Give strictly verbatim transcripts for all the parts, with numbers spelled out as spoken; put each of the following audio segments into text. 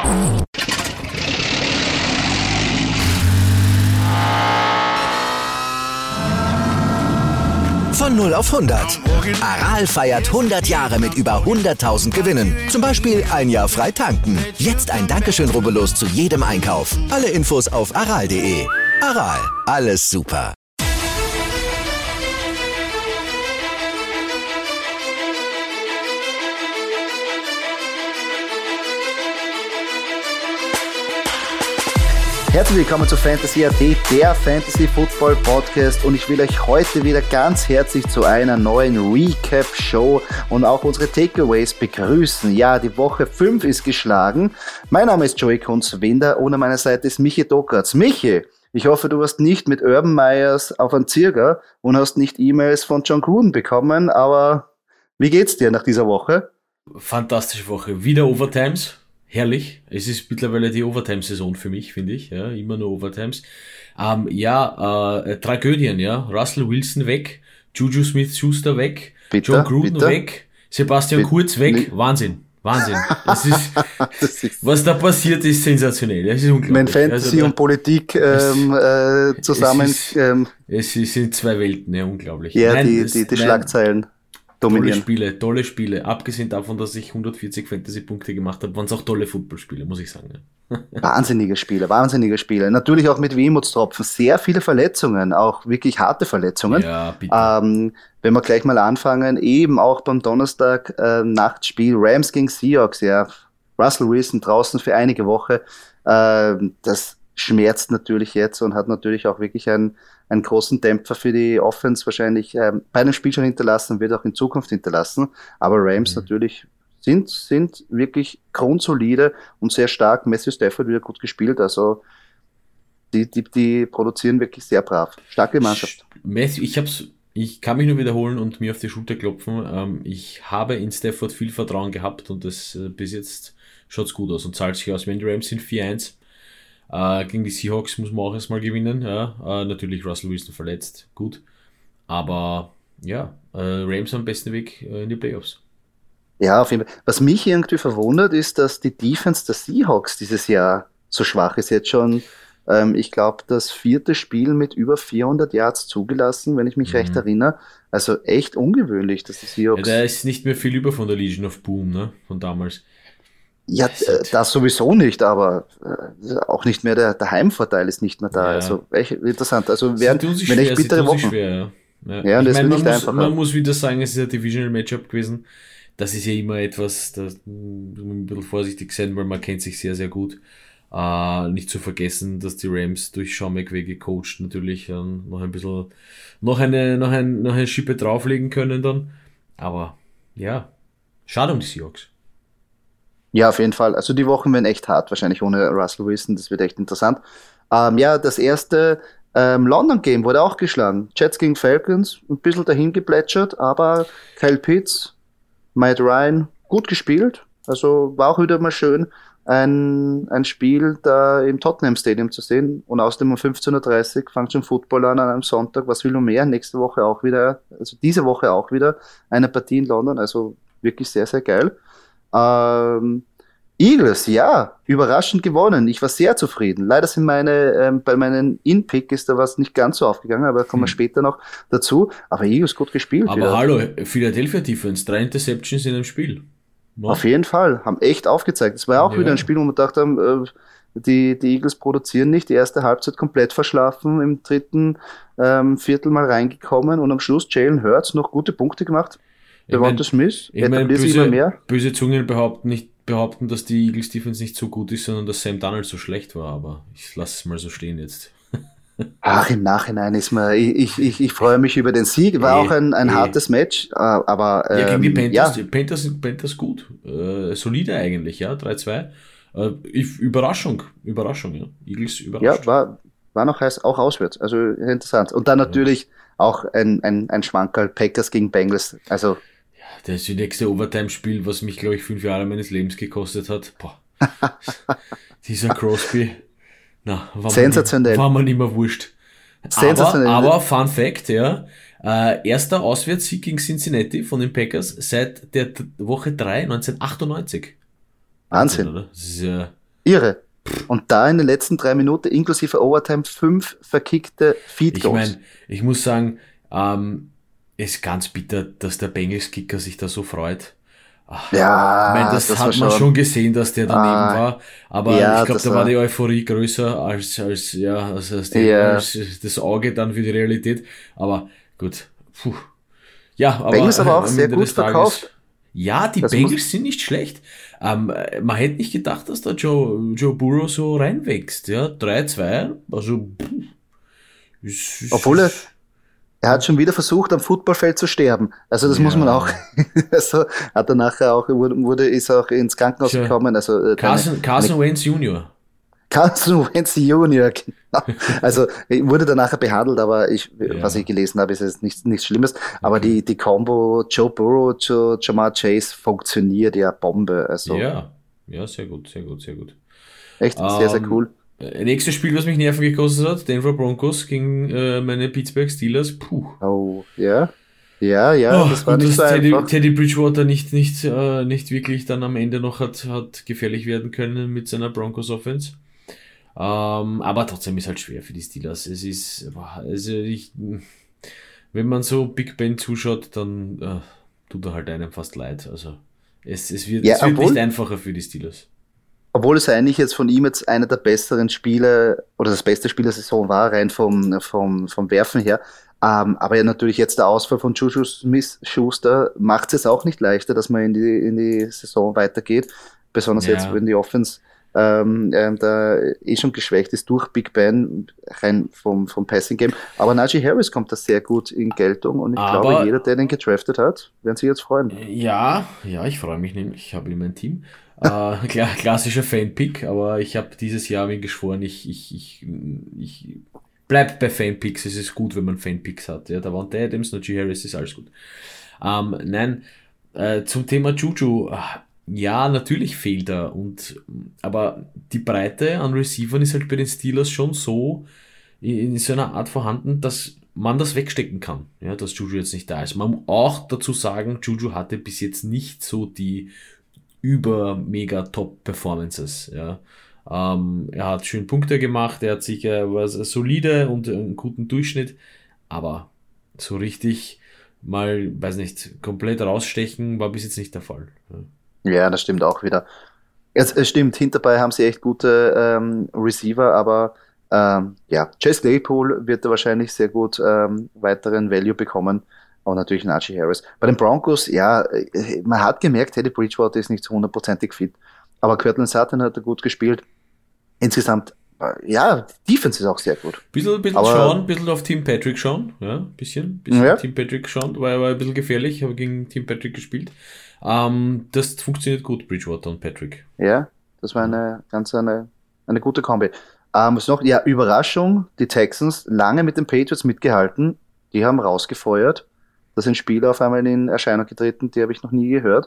Von null auf hundert. Aral feiert hundert Jahre mit über hunderttausend Gewinnen. Zum Beispiel ein Jahr frei tanken. Jetzt ein Dankeschön, rubbellos zu jedem Einkauf. Alle Infos auf aral punkt de. Aral, alles super. Herzlich willkommen zu Fantasy Punkt at, der Fantasy Football Podcast, und ich will euch heute wieder ganz herzlich zu einer neuen Recap Show und auch unsere Takeaways begrüßen. Ja, die Woche fünf ist geschlagen. Mein Name ist Joey Kunz-Winder und an meiner Seite ist Michi Dokratz. Michi, ich hoffe, du warst nicht mit Urban Meyers auf einen Zirger und hast nicht E-Mails von John Gruden bekommen, aber wie geht's dir nach dieser Woche? Fantastische Woche. Wieder Overtimes. Herrlich. Es ist mittlerweile die Overtime-Saison für mich, finde ich. Ja, immer nur Overtimes. Ähm, ja, äh, Tragödien, ja. Russell Wilson weg, Juju Smith-Schuster weg, bitte, John Gruden bitte. weg, Sebastian bitte. Kurz weg. Nee. Wahnsinn. Wahnsinn. Das ist, das ist, was da passiert, ist sensationell. Das ist unglaublich. Wenn Fantasy also da, und Politik ähm, äh, zusammen... Es, ist, ähm, es sind zwei Welten, ja, unglaublich. Ja, nein, die, das, die, die nein, Schlagzeilen dominieren. Tolle Spiele, tolle Spiele. Abgesehen davon, dass ich hundertvierzig Fantasy-Punkte gemacht habe, waren es auch tolle Footballspiele, muss ich sagen. Wahnsinnige Spiele, wahnsinnige Spiele. Natürlich auch mit Wehmutstropfen. Sehr viele Verletzungen, auch wirklich harte Verletzungen. Ja, bitte. Ähm, wenn wir gleich mal anfangen, eben auch beim Donnerstag äh, Nachtspiel Rams gegen Seahawks, ja, Russell Wilson draußen für einige Woche. Äh, das schmerzt natürlich jetzt und hat natürlich auch wirklich einen, einen großen Dämpfer für die Offense wahrscheinlich äh, bei einem Spiel schon hinterlassen, wird auch in Zukunft hinterlassen. Aber Rams mhm. natürlich sind, sind wirklich grundsolide und sehr stark. Matthew Stafford wieder gut gespielt, also die, die, die produzieren wirklich sehr brav. Starke Mannschaft. Matthew, ich hab's, ich kann mich nur wiederholen und mir auf die Schulter klopfen. Ähm, ich habe in Stafford viel Vertrauen gehabt und das äh, bis jetzt schaut's gut aus und zahlt sich aus. Wenn die Rams sind vier eins, Uh, gegen die Seahawks muss man auch erstmal gewinnen. Ja. Uh, natürlich Russell Wilson verletzt, gut. Aber ja, uh, Rams am besten Weg uh, in die Playoffs. Ja, auf jeden Fall. Was mich irgendwie verwundert, ist, dass die Defense der Seahawks dieses Jahr so schwach ist. Jetzt schon, ähm, ich glaube, das vierte Spiel mit über vierhundert Yards zugelassen, wenn ich mich mhm. recht erinnere. Also echt ungewöhnlich, dass die Seahawks... Ja, da ist nicht mehr viel über von der Legion of Boom, ne, von damals. Ja, äh, das sowieso nicht, aber äh, auch nicht mehr der, der Heimvorteil ist nicht mehr da. Ja. Also echt interessant. Also während, wenn schwer, echt bittere Wochen. Schwer, ja. Ja. Ja, und ich das mein, wird nicht man, einfach. Muss, man muss wieder sagen, es ist ein Divisional Matchup gewesen. Das ist ja immer etwas, da muss man ein bisschen vorsichtig sein, weil man kennt sich sehr, sehr gut. Äh, nicht zu vergessen, dass die Rams durch Sean McVay gecoacht natürlich äh, noch ein bisschen, noch eine, noch ein, noch eine Schippe drauflegen können dann. Aber ja, schade um die Seahawks. Ja, auf jeden Fall. Also die Wochen werden echt hart, wahrscheinlich ohne Russell Wilson. Das wird echt interessant. Ähm, ja, das erste ähm, London-Game wurde auch geschlagen. Jets gegen Falcons, ein bisschen dahin geplätschert, aber Kyle Pitts, Matt Ryan, gut gespielt. Also war auch wieder mal schön, ein, ein Spiel da im Tottenham Stadium zu sehen. Und außerdem um fünfzehn Uhr dreißig fängt schon Football an an einem Sonntag. Was will noch mehr? Nächste Woche auch wieder, also diese Woche auch wieder eine Partie in London. Also wirklich sehr, sehr geil. Ähm, Eagles, ja, überraschend gewonnen. Ich war sehr zufrieden. Leider sind meine, ähm, bei meinen In-Pick ist da was nicht ganz so aufgegangen, aber da kommen wir hm. später noch dazu. Aber Eagles gut gespielt. Aber wieder. Hallo, Philadelphia Defense, drei Interceptions in einem Spiel. No? Auf jeden Fall, haben echt aufgezeigt. Es war ja auch ja. wieder ein Spiel, wo wir gedacht haben, äh, die, die Eagles produzieren nicht. Die erste Halbzeit komplett verschlafen, im dritten ähm, Viertel mal reingekommen und am Schluss Jalen Hurts noch gute Punkte gemacht. Devonta Smith, etabliert sich immer mehr. Böse Zungen behaupten, nicht, behaupten, dass die Eagles Defense nicht so gut ist, sondern dass Sam Darnold so schlecht war, aber ich lasse es mal so stehen jetzt. Ach, im Nachhinein ist man, ich, ich, ich freue mich über den Sieg, war e, auch ein, ein e. hartes Match, aber ähm, ja, gegen die Panthers, ja. Panthers, Panthers gut, äh, solide eigentlich, ja, drei zwei. Äh, Überraschung, Überraschung, ja, Eagles überrascht. Ja, war, war noch heiß, auch auswärts, also interessant. Und dann natürlich ja. auch ein, ein, ein Schwankerl, Packers gegen Bengals, also das ist das nächste Overtime-Spiel, was mich, glaube ich, fünf Jahre meines Lebens gekostet hat. Boah. Dieser Crosby. Na, war sensationell. Mir, war mir nicht mehr wurscht. Sensationell. Aber, aber Fun Fact, ja. Äh, erster Auswärtssieg gegen Cincinnati von den Packers seit der Woche drei neunzehnhundertachtundneunzig. Wahnsinn. Wahnsinn, das ist ja Irre. Und da in den letzten drei Minuten inklusive Overtime fünf verkickte Feed Goals. Ich meine, ich muss sagen, ähm, es ist ganz bitter, dass der Bengals-Kicker sich da so freut. Ach, Ja, ich meine, das, das hat war man schon- schon gesehen, dass der daneben Ah, war. Aber ja, ich glaube, das da war war- die Euphorie größer als, als, ja, als, als, die, Ja. als das Auge dann für die Realität. Aber gut. Puh. Ja, aber, Bengals aber auch am sehr Ende gut des Tages- verkauft. Ja, die Das Bengals muss- sind nicht schlecht. Ähm, man hätte nicht gedacht, dass da Joe, Joe Burrow so reinwächst. Ja, drei zwei, also puh. Ist, ist, Obwohl er, er hat schon wieder versucht, am Footballfeld zu sterben. Also das muss man Ja. auch. Also hat er nachher auch, wurde, wurde ist auch ins Krankenhaus Tja. gekommen. Also äh, Carson, Carson Wentz Junior Carson Wentz Junior, genau. Also wurde dann nachher behandelt, aber ich, Ja. was ich gelesen habe, ist jetzt nichts, nichts Schlimmes. Aber die, die Combo Joe Burrow, Joe, Jamar Chase funktioniert ja Bombe. Also Ja, ja, sehr gut, sehr gut, sehr gut. echt sehr, sehr Ähm, cool. Äh, Nächstes Spiel, was mich Nerven gekostet hat, Denver Broncos gegen äh, meine Pittsburgh Steelers. Puh. Oh, ja. Ja, ja, Oh, das war gut, nicht dass so Teddy, einfach. Teddy Bridgewater nicht, nicht, äh, nicht wirklich dann am Ende noch hat, hat gefährlich werden können mit seiner Broncos Offense. Ähm, aber trotzdem ist halt schwer für die Steelers. Es ist, boah, also ich, wenn man so Big Ben zuschaut, dann äh, tut er halt einem fast leid. Also es, es wird, Ja, es wird obwohl- nicht einfacher für die Steelers. Obwohl es eigentlich jetzt von ihm jetzt einer der besseren Spiele oder das beste Spiel der Saison war, rein vom, vom, vom Werfen her. Ähm, aber ja natürlich jetzt der Ausfall von Juju Smith-Schuster macht es auch nicht leichter, dass man in die, in die Saison weitergeht. Besonders Ja. jetzt, wenn die Offense ähm, ähm, da eh schon geschwächt ist durch Big Ben, rein vom, vom Passing Game. Aber Najee Harris kommt da sehr gut in Geltung und ich Aber- glaube, jeder, der den gedraftet hat, wird sich jetzt freuen. Ja, ja, ich freue mich nämlich. Ich habe ihn in meinem Team. Äh, klar, klassischer Fan-Pick, aber ich habe dieses Jahr mir geschworen, ich, ich, ich, ich bleib bei Fan-Picks. Es ist gut, wenn man Fan-Picks hat. Ja, da waren der Adams, Najee Harris, ist alles gut. Ähm, nein, äh, zum Thema Juju. ah, Ja, natürlich fehlt er. Und, aber die Breite an Receivern ist halt bei den Steelers schon so in, in so einer Art vorhanden, dass man das wegstecken kann, ja, dass Juju jetzt nicht da ist. Man muss auch dazu sagen, Juju hatte bis jetzt nicht so die über mega top Performances, ja. Ähm, er hat schön Punkte gemacht, er hat sicher was solide und einen guten Durchschnitt, aber so richtig mal, weiß nicht, komplett rausstechen war bis jetzt nicht der Fall. Ja. Ja, das stimmt auch wieder. Es, es stimmt, hinterbei haben sie echt gute ähm, Receiver, aber ähm, ja, Chase Claypool wird da wahrscheinlich sehr gut ähm, weiteren Value bekommen und natürlich Najee Harris. Bei den Broncos, ja, äh, man hat gemerkt, Teddy Bridgewater ist nicht so hundertprozentig fit, aber Cortland Sutton hat er gut gespielt. Insgesamt, äh, ja, die Defense ist auch sehr gut. Bisschen, bisschen Aber- schauen, bisschen auf Team Patrick schauen, ja, bisschen, bisschen Ja. auf Team Patrick schauen, war, war ein bisschen gefährlich, habe gegen Team Patrick gespielt. Ähm, das funktioniert gut, Bridgewater und Patrick. Ja, das war eine ganz eine, eine gute Kombi. Ähm, was noch? Ja, Überraschung, die Texans lange mit den Patriots mitgehalten, die haben rausgefeuert. Da sind Spieler auf einmal in Erscheinung getreten, die habe ich noch nie gehört.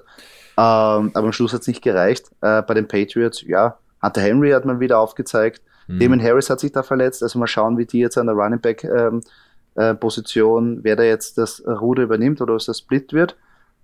Ähm, aber am Schluss hat es nicht gereicht. Äh, bei den Patriots, ja, Hunter Henry hat man wieder aufgezeigt. Hm. Damon Harris hat sich da verletzt. Also mal schauen, wie die jetzt an der Running Back ähm, äh, Position, wer da jetzt das Ruder übernimmt oder ob es das Split wird.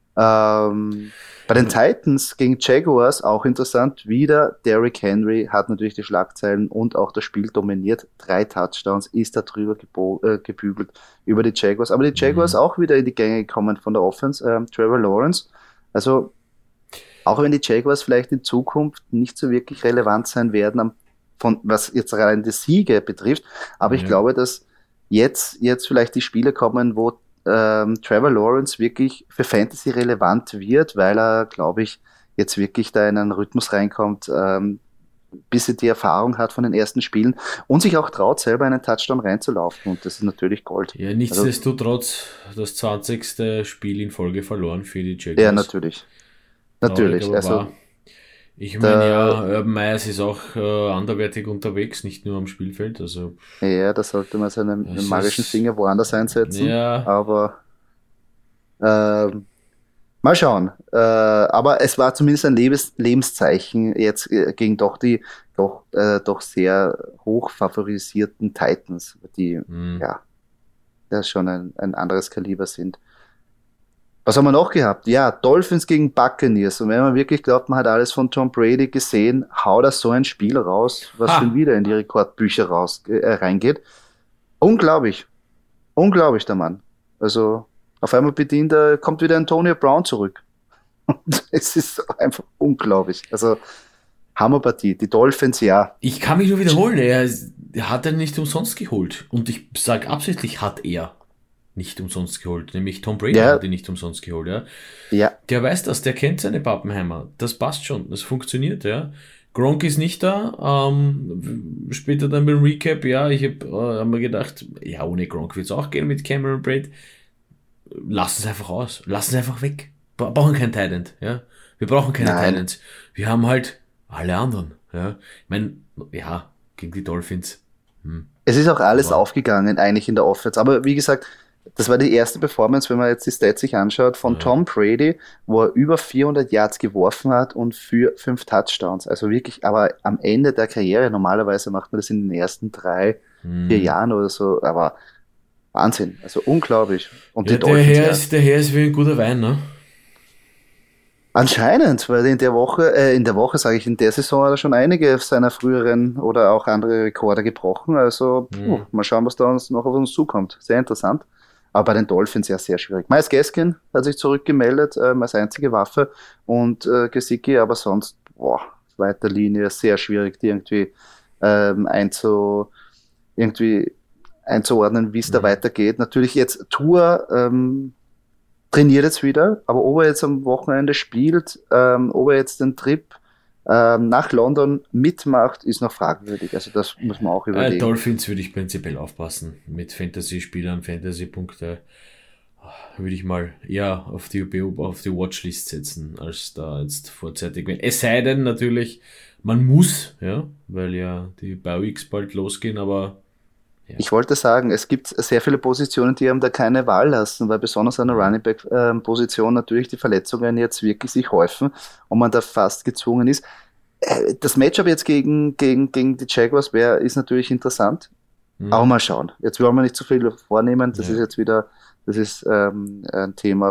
Ähm, bei den Titans gegen Jaguars auch interessant. Wieder Derrick Henry hat natürlich die Schlagzeilen und auch das Spiel dominiert. Drei Touchdowns, ist da drüber gebo- äh, gebügelt über die Jaguars. Aber die Jaguars Mhm. auch wieder in die Gänge gekommen von der Offense. Ähm, Trevor Lawrence. Also auch wenn die Jaguars vielleicht in Zukunft nicht so wirklich relevant sein werden, am, von, was jetzt rein die Siege betrifft. Aber ich Ja. glaube, dass jetzt, jetzt vielleicht die Spiele kommen, wo ähm, Trevor Lawrence wirklich für Fantasy relevant wird, weil er, glaube ich, jetzt wirklich da in einen Rhythmus reinkommt, ähm, bis er die Erfahrung hat von den ersten Spielen und sich auch traut, selber einen Touchdown reinzulaufen. Und das ist natürlich Gold. Ja, nichtsdestotrotz das zwanzigste Spiel in Folge verloren für die Jaguars. Ja, natürlich. Natürlich. Traurig, aber Also, wahr. Ich da- meine, ja, Urban Myers ist auch äh, anderweitig unterwegs, nicht nur am Spielfeld. Also, ja, da sollte man seinen Es magischen ist- Finger woanders einsetzen. ja, Aber ähm, mal schauen. Äh, aber es war zumindest ein Lebens Lebenszeichen jetzt äh, gegen doch die doch, äh, doch sehr hoch favorisierten Titans, die mh. ja, ja schon ein, ein anderes Kaliber sind. Was haben wir noch gehabt? Ja, Dolphins gegen Buccaneers. Und wenn man wirklich glaubt, man hat alles von Tom Brady gesehen, haut er so ein Spiel raus, was Ha. schon wieder in die Rekordbücher raus, äh, reingeht. Unglaublich. Unglaublich, der Mann. Also, auf einmal bedient er, kommt wieder Antonio Brown zurück. Und es ist einfach unglaublich. Also, Hammerpartie. Die Dolphins, ja. Ich kann mich nur wiederholen, er, er hat er nicht umsonst geholt. Und ich sage absichtlich, hat er nicht umsonst geholt. Nämlich Tom Brady Ja. hat ihn nicht umsonst geholt. Ja. Ja, Der weiß das, der kennt seine Pappenheimer. Das passt schon, das funktioniert. Ja. Gronk ist nicht da. Ähm, später dann beim Recap, ja, ich habe äh, hab mir gedacht, ja, ohne Gronk wird es auch gehen mit Cameron Braid. Lass es einfach aus. Lass es einfach weg. Wir brauchen kein Talent. Ja. Wir brauchen keine Nein. Talents. Wir haben halt alle anderen. Ja. Ich meine, ja, gegen die Dolphins. Hm. es ist auch alles Aber- aufgegangen, eigentlich in der Offense. Aber wie gesagt, das war die erste Performance, wenn man jetzt die Stats sich anschaut, von Ja. Tom Brady, wo er über vierhundert Yards geworfen hat und für fünf Touchdowns. Also wirklich, aber am Ende der Karriere, normalerweise macht man das in den ersten drei, Hm. vier Jahren oder so, aber Wahnsinn, also unglaublich. Und Ja, die der Dolphins, Herr, ja, ist, der Herr ist wie ein guter Wein, ne? anscheinend, weil in der Woche, äh, in der Woche sage ich, in der Saison hat er schon einige seiner früheren oder auch andere Rekorde gebrochen. Also puh, Mhm. mal schauen, was da uns noch auf uns zukommt. Sehr interessant. Aber bei den Dolphins ja sehr schwierig. Miles Gaskin hat sich zurückgemeldet ähm, als einzige Waffe und äh, Gesicki, aber sonst, boah, zweiter Linie sehr schwierig, die irgendwie ähm, einzu, irgendwie einzuordnen, wie es da Mhm. weitergeht. Natürlich jetzt Tour ähm, trainiert jetzt wieder, aber ob er jetzt am Wochenende spielt, ähm, ob er jetzt den Trip ähm, nach London mitmacht, ist noch fragwürdig. Also das muss man auch Äh, überlegen. Dolphins würde ich prinzipiell aufpassen. Mit Fantasy-Spielern, Fantasy-Punkte würde ich mal eher auf die, Beob- auf die Watchlist setzen, als da jetzt vorzeitig. Wenn- Es sei denn natürlich, man muss, ja, weil ja die Bye-Weeks bald losgehen, aber Ich wollte sagen, es gibt sehr viele Positionen, die einem da keine Wahl lassen, weil besonders an der Running Back ähm, Position natürlich die Verletzungen jetzt wirklich sich häufen und man da fast gezwungen ist. Äh, Das Matchup jetzt gegen, gegen, gegen die Jaguars wäre, ist natürlich interessant, hm, aber mal schauen. Jetzt wollen wir nicht zu viel vornehmen, das Ja. ist jetzt wieder, das ist ähm, ein Thema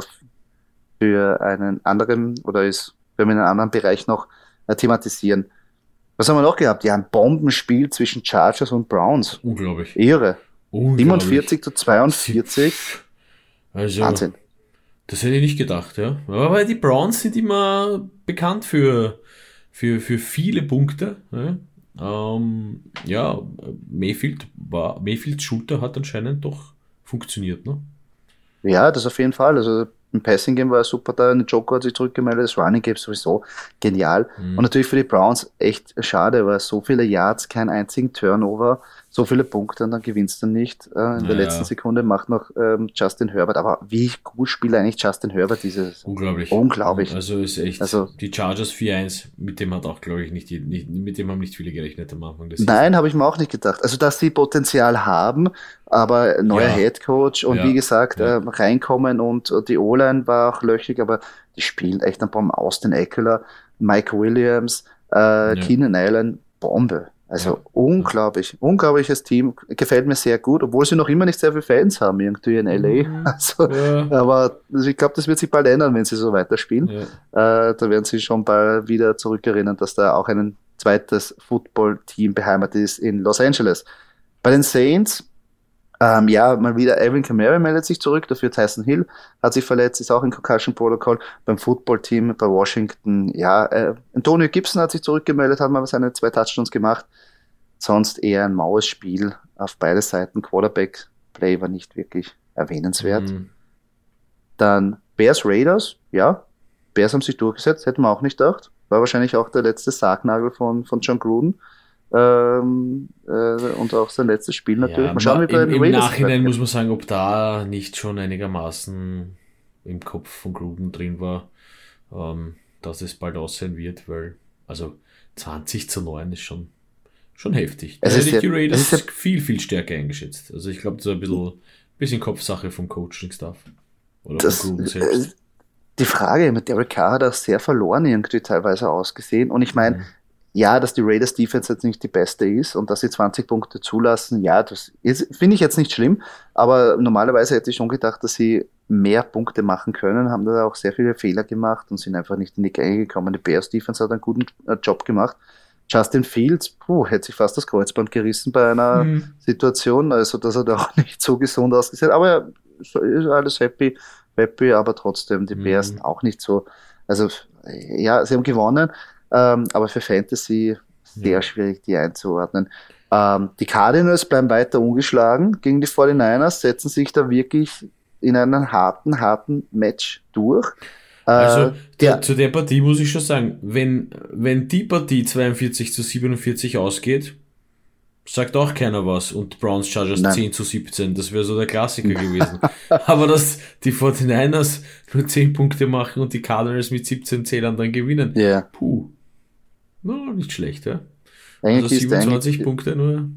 für einen anderen oder ist, wenn wir in einem anderen Bereich noch äh, thematisieren. Was haben wir noch gehabt? Ja, ein Bombenspiel zwischen Chargers und Browns. unglaublich. Irre. unglaublich. siebenundvierzig zu zweiundvierzig. Also, Wahnsinn. das hätte ich nicht gedacht, ja. Aber die Browns sind immer bekannt für, für, für viele Punkte. Ja, ähm, ja Mayfield war, Mayfields Schulter hat anscheinend doch funktioniert, ne? Ja, das auf jeden Fall. Also im Passing Game war er super da. Njoku hat sich zurückgemeldet. Das Running Game sowieso genial. Mhm. Und natürlich für die Browns echt schade, weil so viele Yards, kein einzigen Turnover, so viele Punkte und dann gewinnst du nicht. Äh, in der Ja. letzten Sekunde macht noch ähm, Justin Herbert. Aber wie gut spielt eigentlich Justin Herbert diese Saison? Unglaublich. Unglaublich. Also ist echt, Also- die Chargers vier eins, mit dem hat auch, glaube ich, nicht, die- nicht, mit dem haben nicht viele gerechnet am Anfang des Nein, habe ich mir auch nicht gedacht. Also, dass sie Potenzial haben, aber neuer Ja. Headcoach und Ja. wie gesagt, Ja. äh, reinkommen und äh, die O-Line war auch löchrig, aber die spielen echt ein Bomben. Austin Eckler, Mike Williams, äh, Keenan Allen, Bombe. Also Ja. unglaublich, unglaubliches Team. Gefällt mir sehr gut, obwohl sie noch immer nicht sehr viele Fans haben irgendwie in L A. Mhm. Also, Ja. aber also ich glaube, das wird sich bald ändern, wenn sie so weiterspielen. Ja. Äh, da werden sie schon bald wieder zurückerinnern, dass da auch ein zweites Football-Team beheimatet ist in Los Angeles. Bei den Saints, ähm, ja, mal wieder Alvin Kamara meldet sich zurück, dafür Tyson Hill hat sich verletzt, ist auch in Concussion Protocol. Beim Football-Team bei Washington, ja, äh, Antonio Gibson hat sich zurückgemeldet, hat mal seine zwei Touchdowns gemacht. Sonst eher ein maues Spiel auf beide Seiten. Quarterback-Play war nicht wirklich erwähnenswert. Mhm. Dann Bears Raiders, ja. Bears haben sich durchgesetzt, hätten wir auch nicht gedacht. War wahrscheinlich auch der letzte Sargnagel von, von John Gruden. Ähm, äh, und auch sein letztes Spiel natürlich. Ja, Mal schauen, wie bei im, den Im Raiders Nachhinein weitergeht. muss man sagen, ob da nicht schon einigermaßen im Kopf von Gruden drin war, ähm, dass es bald aussehen wird, weil, also zwanzig zu neun ist schon, schon heftig. Da Es hätte ist ich die ja- Raiders es ist ja- viel, viel stärker eingeschätzt. Also ich glaube, das ist ein bisschen, bisschen Kopfsache vom Coaching-Staff. Oder Das, von Gruden äh, selbst. die Frage mit Derek Carr hat auch sehr verloren irgendwie teilweise ausgesehen. Und ich meine, Mhm. ja, dass die Raiders Defense jetzt nicht die beste ist und dass sie zwanzig Punkte zulassen, ja, das ist- finde ich jetzt nicht schlimm, aber normalerweise hätte ich schon gedacht, dass sie mehr Punkte machen können, haben da auch sehr viele Fehler gemacht und sind einfach nicht in die Gänge gekommen. Die Bears Defense hat einen guten äh, Job gemacht. Justin Fields, puh, hätte sich fast das Kreuzband gerissen bei einer mhm. Situation, also das hat auch nicht so gesund ausgesehen, aber ist alles happy, happy, aber trotzdem die Bears mhm. auch nicht so, also ja, sie haben gewonnen, ähm, aber für Fantasy sehr ja. schwierig, die einzuordnen. Ähm, die Cardinals bleiben weiter ungeschlagen gegen die forty-niners, setzen sich da wirklich in einem harten, harten Match durch. Also der, zu der Partie muss ich schon sagen, wenn, wenn die Partie zweiundvierzig zu siebenundvierzig ausgeht, sagt auch keiner was und Browns Chargers Nein. zehn zu siebzehn, das wäre so der Klassiker gewesen. Aber dass die forty-niners nur zehn Punkte machen und die Cardinals mit siebzehn Zählern dann gewinnen, yeah. puh, no, nicht schlecht, ja. Eigentlich also siebenundzwanzig Punkte nur.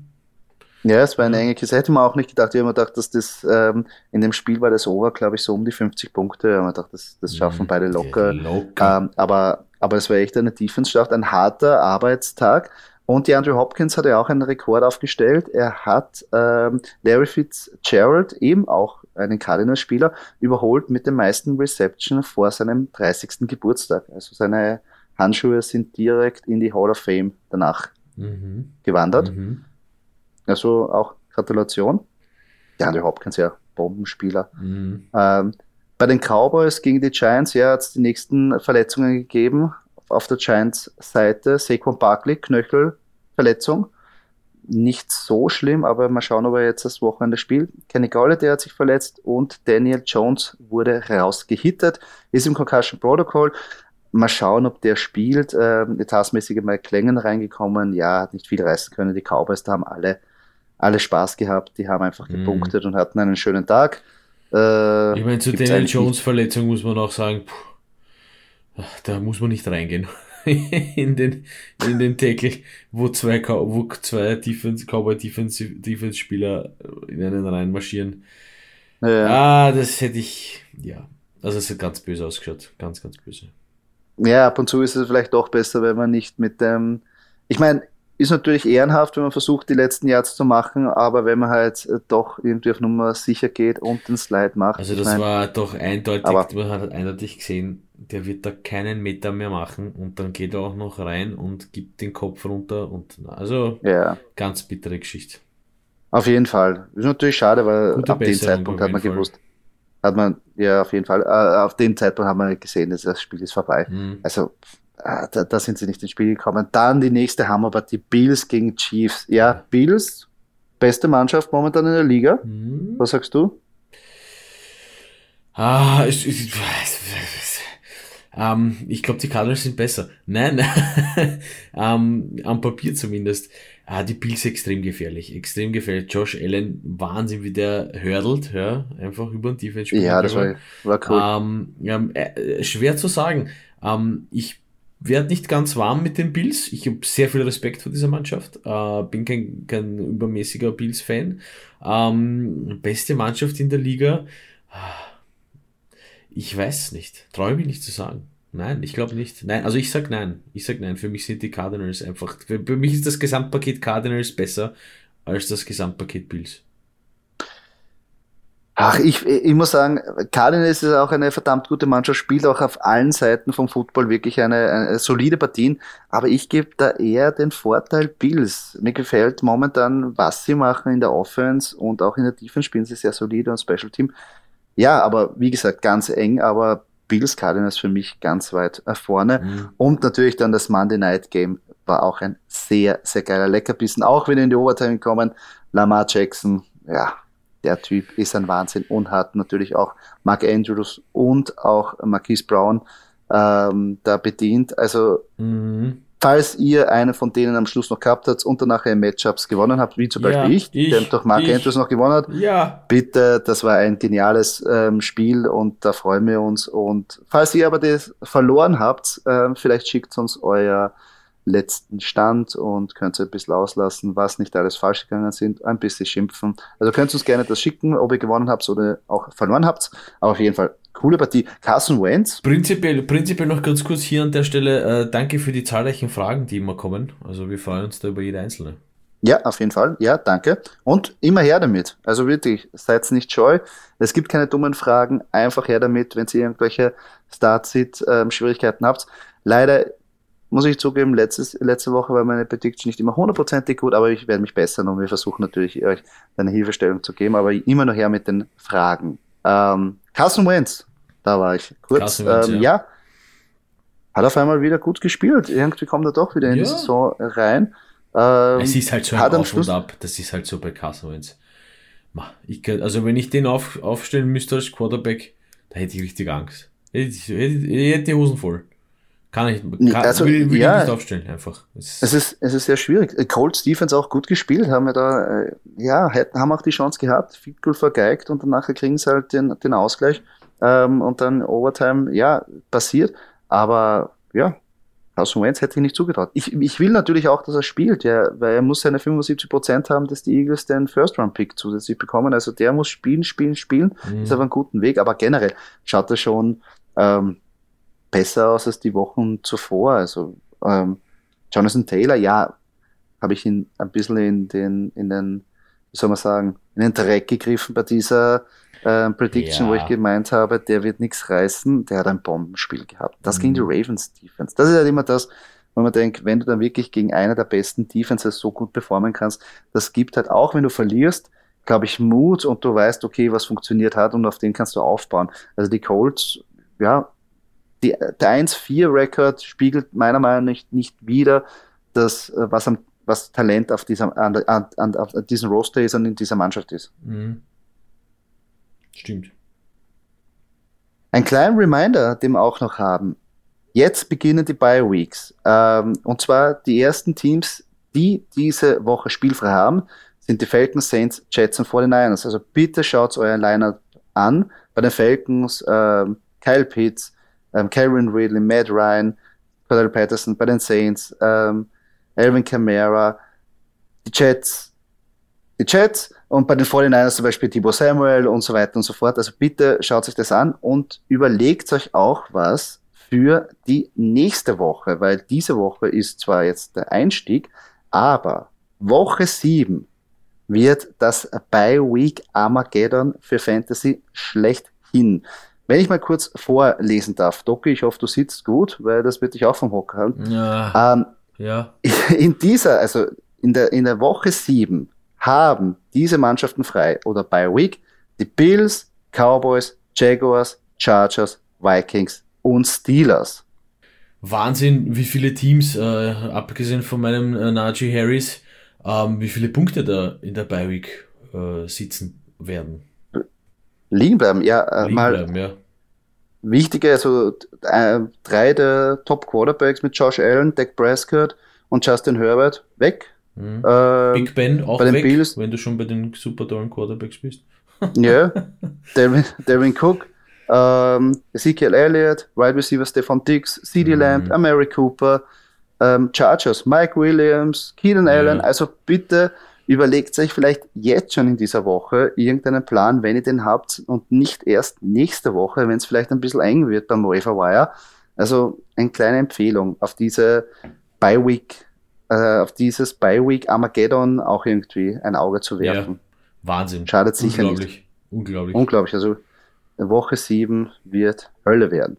Ja, es war eine enge Kiste. Hätte man auch nicht gedacht. Ich habe mir gedacht, dass das ähm, in dem Spiel war das Over, glaube ich, so um die fünfzig Punkte. Ich habe mir gedacht, das, das schaffen beide locker. Ja, locker. Ähm, aber, aber es war echt eine Defense-Schlacht, ein harter Arbeitstag. Und die Andrew Hopkins hat ja auch einen Rekord aufgestellt. Er hat ähm, Larry Fitzgerald, eben auch einen Cardinals-Spieler, überholt mit den meisten Reception vor seinem dreißigsten Geburtstag. Also seine Handschuhe sind direkt in die Hall of Fame danach mhm. gewandert. Mhm. Also auch Gratulation. Der Andrew Hopkins, ja, Bombenspieler. Mhm. Ähm, bei den Cowboys gegen die Giants, ja, hat es die nächsten Verletzungen gegeben. Auf der Giants-Seite Saquon Barkley, Knöchelverletzung. Nicht so schlimm, aber mal schauen, ob er jetzt das Wochenende spielt. Kenny Golladay hat sich verletzt und Daniel Jones wurde rausgehittet, ist im Concussion Protocol. Mal schauen, ob der spielt. Ähm, etatmäßig mal Klängen reingekommen. Ja, hat nicht viel reißen können. Die Cowboys, da haben alle alle Spaß gehabt, die haben einfach gepunktet mm. und hatten einen schönen Tag. Äh, ich meine, zu Daniel Jones Verletzung muss man auch sagen, puh, da muss man nicht reingehen. in den, in den Tackle, wo zwei, wo zwei Defense, Cowboy Defense, Defense Spieler in einen reinmarschieren. Ja. Ah, das hätte ich, ja, also es hat ganz böse ausgeschaut. Ganz, ganz böse. Ja, ab und zu ist es vielleicht doch besser, wenn man nicht mit dem, ich meine, ist natürlich ehrenhaft, wenn man versucht, die letzten Yards zu machen, aber wenn man halt doch irgendwie auf Nummer sicher geht und den Slide macht. Also das ich mein, war doch eindeutig, aber, man hat eindeutig gesehen, der wird da keinen Meter mehr machen und dann geht er auch noch rein und gibt den Kopf runter und also ja. ganz bittere Geschichte. Auf jeden Fall. Ist natürlich schade, weil Gute ab dem Zeitpunkt hat man Fall. gewusst, hat man, ja auf jeden Fall, äh, auf dem Zeitpunkt hat man gesehen, dass das Spiel ist vorbei. Mhm. Also Da, da sind sie nicht ins Spiel gekommen. Dann die nächste Hammerpartie, Bills gegen Chiefs. Ja, Bills, beste Mannschaft momentan in der Liga. Mhm. Was sagst du? Ah, ich, ich, ähm, ich glaube, die Cardinals sind besser. Nein, ähm, am Papier zumindest. Ah, die Bills extrem gefährlich, extrem gefährlich. Josh Allen, Wahnsinn, wie der hurdelt, ja, einfach über den Defense-Spieler. Ja, das war, war cool. Ähm, ja, äh, schwer zu sagen. Ähm, ich werde nicht ganz warm mit den Bills. Ich habe sehr viel Respekt vor dieser Mannschaft. Äh, bin kein, kein übermäßiger Bills-Fan. Ähm, beste Mannschaft in der Liga. Ich weiß nicht. Traue mich nicht zu sagen. Nein, ich glaube nicht. Nein, also ich sag nein. Ich sag nein. Für mich sind die Cardinals einfach, für, für mich ist das Gesamtpaket Cardinals besser als das Gesamtpaket Bills. Ach, ich, ich muss sagen, Cardinals ist auch eine verdammt gute Mannschaft, spielt auch auf allen Seiten vom Football wirklich eine, eine solide Partien, aber ich gebe da eher den Vorteil Bills. Mir gefällt momentan, was sie machen in der Offense und auch in der Defense spielen sie sehr solide und Special Team. Ja, aber wie gesagt, ganz eng, aber Bills Cardinals für mich ganz weit vorne. Mhm. Und natürlich dann das Monday Night Game war auch ein sehr, sehr geiler Leckerbissen, auch wenn in die Overtime kommen. Lamar Jackson, ja, der Typ ist ein Wahnsinn und hat natürlich auch Mark Andrews und auch Marquise Brown ähm, da bedient. Also, mhm. falls ihr einen von denen am Schluss noch gehabt habt und danach in Matchups gewonnen habt, wie zum Beispiel ja, ich, ich, der doch Mark ich. Andrews noch gewonnen hat, ja. bitte, das war ein geniales ähm, Spiel und da freuen wir uns. Und falls ihr aber das verloren habt, äh, vielleicht schickt uns euer letzten Stand und könnt ihr ein bisschen auslassen, was nicht alles falsch gegangen sind, ein bisschen schimpfen. Also könnt ihr uns gerne das schicken, ob ihr gewonnen habt oder auch verloren habt. Aber auf jeden Fall, coole Partie. Carson Wentz. Prinzipiell, prinzipiell noch ganz kurz hier an der Stelle, äh, danke für die zahlreichen Fragen, die immer kommen. Also wir freuen uns da über jede einzelne. Ja, auf jeden Fall. Ja, danke. Und immer her damit. Also wirklich, seid nicht scheu. Es gibt keine dummen Fragen. Einfach her damit, wenn ihr irgendwelche Start-Sit-Schwierigkeiten habt. Leider muss ich zugeben, letztes, letzte Woche war meine Prediction nicht immer hundertprozentig gut, aber ich werde mich bessern und wir versuchen natürlich, euch eine Hilfestellung zu geben, aber immer noch her mit den Fragen. Ähm, Carson Wentz, da war ich kurz. Wentz, Ähm, ja. ja, hat auf einmal wieder gut gespielt. Irgendwie kommt er doch wieder in Ja. die Saison rein. Ähm, Es ist halt so ein hat am Auf Schluss, und Ab, das ist halt so bei Carson Wentz. Ma, Ich, kann- also wenn ich den auf, aufstellen müsste als Quarterback, da hätte ich richtig Angst. Hätte ich, hätte, ich hätte die Hosen voll. Kann ich, kann, also, will, will ja, ich nicht aufstellen, einfach. Es, Es ist, es ist sehr schwierig. Äh, Colts Defense auch gut gespielt, haben wir da, äh, ja, hätten, haben auch die Chance gehabt, Field Goal vergeigt und dann nachher kriegen sie halt den, den Ausgleich, ähm, und dann Overtime, ja, passiert. Aber, ja, Carson Wentz hätte ich nicht zugetraut. Ich, ich will natürlich auch, dass er spielt, ja, weil er muss seine fünfundsiebzig Prozent haben, dass die Eagles den First-Round-Pick zusätzlich bekommen. Also der muss spielen, spielen, spielen. Mhm. Ist auf einem guten Weg, aber generell schaut er schon, ähm, besser aus als die Wochen zuvor. Also ähm, Jonathan Taylor, ja, habe ich ihn ein bisschen in den, in den, wie soll man sagen, in den Dreck gegriffen bei dieser ähm, Prediction, Ja. wo ich gemeint habe, der wird nichts reißen. Der hat ein Bombenspiel gehabt. Das Mhm. gegen die Ravens Defense. Das ist halt immer das, wo man denkt, wenn du dann wirklich gegen eine der besten Defenses so gut performen kannst, das gibt halt auch, wenn du verlierst, glaube ich, Mut und du weißt, okay, was funktioniert hat und auf den kannst du aufbauen. Also die Colts, ja, die, der eins vier Rekord spiegelt meiner Meinung nach nicht, nicht wider, das, äh, was, am, was Talent auf diesem, an, an, an, auf diesem Roster ist und in dieser Mannschaft ist. Mhm. Stimmt. Ein kleinen Reminder, den wir auch noch haben. Jetzt beginnen die Bye Weeks. Ähm, und zwar die ersten Teams, die diese Woche spielfrei haben, sind die Falcons, Saints, Jets und forty-niners. Also bitte schaut euer Lineup an. Bei den Falcons ähm, Kyle Pitts, ähm, Calvin Ridley, Matt Ryan, Cordell Patterson. Bei den Saints ähm, Alvin Kamara, die Jets, die Jets und bei den forty-niners zum Beispiel Deebo Samuel und so weiter und so fort. Also bitte schaut euch das an und überlegt euch auch was für die nächste Woche, weil diese Woche ist zwar jetzt der Einstieg, aber Woche sieben wird das Bye Week Armageddon für Fantasy schlechthin. Wenn ich mal kurz vorlesen darf, Doki, ich hoffe, du sitzt gut, weil das wird dich auch vom Hocker haben. Ja. Ähm, ja. in dieser, also in der, in der Woche sieben haben diese Mannschaften frei oder Bye Week die Bills, Cowboys, Jaguars, Chargers, Vikings und Steelers. Wahnsinn, wie viele Teams, äh, abgesehen von meinem äh, Najee Harris, ähm, wie viele Punkte da in der Bye Week äh, sitzen werden. Liegen bleiben, ja, äh, Liegen mal bleiben, ja. wichtige, also äh, drei der Top Quarterbacks mit Josh Allen, Dak Prescott und Justin Herbert weg. Mhm. Ähm, Big Ben auch bei den weg, Bills- wenn du schon bei den super tollen Quarterbacks bist. Ja, Devin, Devin Cook, ähm, Ezekiel Elliott, Wide Receiver Stephon Diggs, CeeDee Mhm. Lamb, Amari Cooper, ähm, Chargers, Mike Williams, Keenan Ja. Allen. Also bitte überlegt euch vielleicht jetzt schon in dieser Woche irgendeinen Plan, wenn ihr den habt und nicht erst nächste Woche, wenn es vielleicht ein bisschen eng wird beim Waiver Wire. Also eine kleine Empfehlung auf diese Bye Week, äh, auf dieses Bye Week Armageddon auch irgendwie ein Auge zu werfen. Wahnsinn. Schadet sicher nicht. Unglaublich. Unglaublich. Unglaublich. Also Woche sieben wird Hölle werden.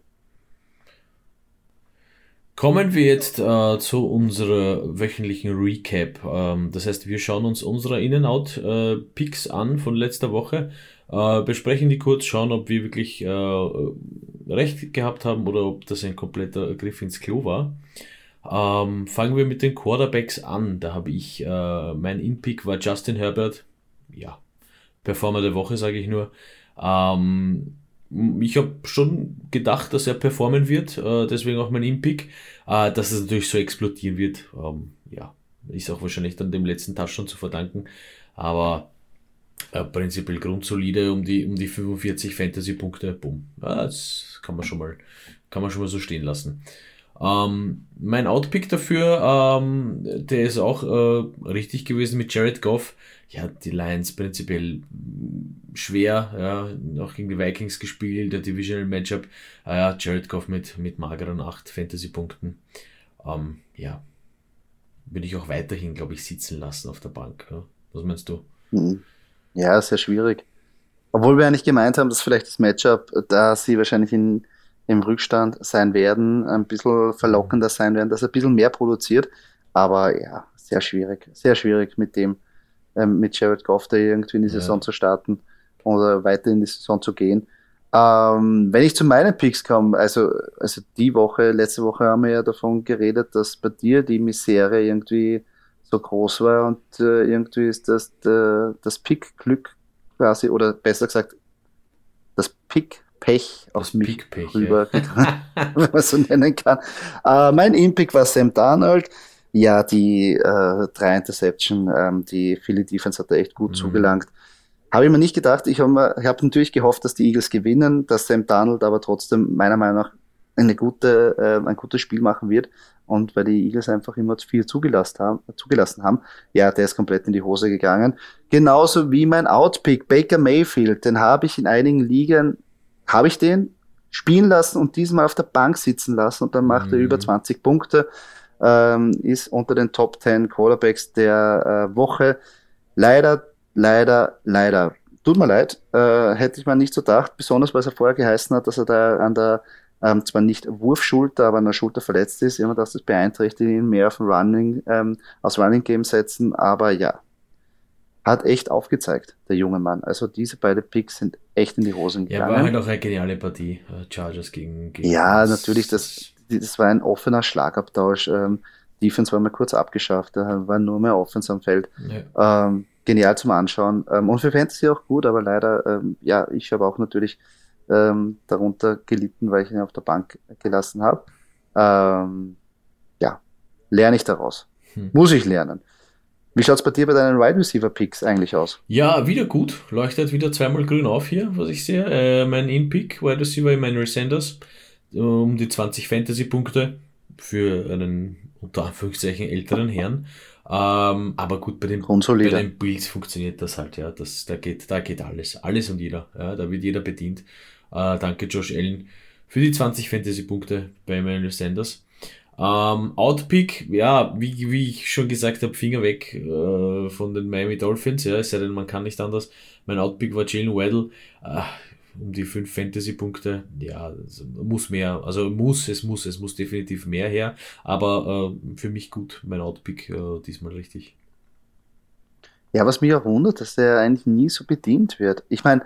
Kommen wir jetzt äh, zu unserer wöchentlichen Recap. Ähm, das heißt, wir schauen uns unsere In-and-Out-Picks an von letzter Woche, äh, besprechen die kurz, schauen, ob wir wirklich äh, recht gehabt haben oder ob das ein kompletter Griff ins Klo war. Ähm, fangen wir mit den Quarterbacks an. Da habe ich, äh, mein In-Pick war Justin Herbert. Ja, Performer der Woche, sage ich nur. Ähm, ich habe schon gedacht, dass er performen wird, äh, deswegen auch mein In-Pick. Äh, dass es natürlich so explodieren wird, ähm, ja, ist auch wahrscheinlich dann dem letzten Touchdown zu verdanken. Aber äh, prinzipiell grundsolide um die, um die fünfundvierzig Fantasy-Punkte. Bumm. Ja, das kann man schon mal, kann man schon mal so stehen lassen. Ähm, mein Outpick dafür, ähm, der ist auch äh, richtig gewesen mit Jared Goff. Ja, die Lions prinzipiell schwer, ja, auch gegen die Vikings gespielt, der Divisional Matchup. Äh, ja, Jared Goff mit, mit mageren acht Fantasy-Punkten. Ähm, ja, würde ich auch weiterhin, glaube ich, sitzen lassen auf der Bank. Ja. Was meinst du? Ja, sehr schwierig. Obwohl wir eigentlich gemeint haben, dass vielleicht das Matchup, da sie wahrscheinlich in, im Rückstand sein werden, ein bisschen verlockender sein werden, dass er ein bisschen mehr produziert. Aber ja, sehr schwierig. Sehr schwierig mit dem, ähm, mit Jared Goff da irgendwie in die Saison Ja. zu starten oder weiter in die Saison zu gehen. Ähm, wenn ich zu meinen Picks komme, also, also die Woche, letzte Woche haben wir ja davon geredet, dass bei dir die Misere irgendwie so groß war und äh, irgendwie ist das äh, das Pick-Glück quasi, oder besser gesagt, das Pick-Pech auf Das mich Pickpech, rüber, ja. wenn man so nennen kann. Äh, mein In-Pick war Sam Darnold. Ja, die äh, drei Interception, ähm, die Philly Defense hat da echt gut Mhm. zugelangt. Habe ich mir nicht gedacht. Ich habe hab natürlich gehofft, dass die Eagles gewinnen, dass Sam Darnold aber trotzdem meiner Meinung nach eine gute, äh, ein gutes Spiel machen wird. Und weil die Eagles einfach immer zu viel zugelassen haben, zugelassen haben, ja, der ist komplett in die Hose gegangen. Genauso wie mein Outpick, Baker Mayfield, den habe ich in einigen Ligen, habe ich den spielen lassen und diesmal auf der Bank sitzen lassen und dann macht er Mhm. über zwanzig Punkte, ähm, ist unter den Top zehn Quarterbacks der äh, Woche. Leider, leider, leider. Tut mir leid, äh, hätte ich mir nicht so gedacht, besonders weil es ja vorher geheißen hat, dass er da an der, ähm, zwar nicht Wurfschulter, aber an der Schulter verletzt ist, immer dass das beeinträchtigt ihn mehr auf ein Running, ähm, aus Running Game setzen, aber ja, hat echt aufgezeigt, der junge Mann. Also diese beiden Picks sind echt in die Hosen Ja, war gegangen. halt auch eine geniale Partie. äh, Chargers gegen, gegen Ja, Colts. natürlich, das, das war ein offener Schlagabtausch. Ähm, Defense war mal kurz abgeschafft, da war nur mehr Offense am Feld. Ja. Ähm, genial zum Anschauen. Ähm, und für Fantasy auch gut, aber leider, ähm, ja, ich habe auch natürlich ähm, darunter gelitten, weil ich ihn auf der Bank gelassen habe. Ähm, ja, lerne ich daraus. Hm. Muss ich lernen. Wie schaut's bei dir bei deinen Wide Receiver Picks eigentlich aus? Ja, wieder gut. Leuchtet wieder zweimal grün auf hier, was ich sehe. Äh, mein In-Pick, Wide Receiver Emmanuel Sanders, äh, um die zwanzig Fantasy-Punkte für einen unter Anführungszeichen älteren Herrn. Ähm, aber gut, bei den, bei Grundsolide. den Bills funktioniert das halt, ja. Das, da geht, da geht alles. Alles und jeder. Ja, da wird jeder bedient. Äh, danke Josh Allen für die zwanzig Fantasy-Punkte bei Emmanuel Sanders. Ähm, Outpick, ja, wie, wie ich schon gesagt habe, Finger weg äh, von den Miami Dolphins, ja, es sei denn, man kann nicht anders. Mein Outpick war Jalen Waddle, äh, um die fünf Fantasy-Punkte, ja, also muss mehr, also muss, es muss, es muss definitiv mehr her, aber äh, für mich gut, mein Outpick äh, diesmal richtig. Ja, was mich auch wundert, dass der eigentlich nie so bedient wird. Ich meine,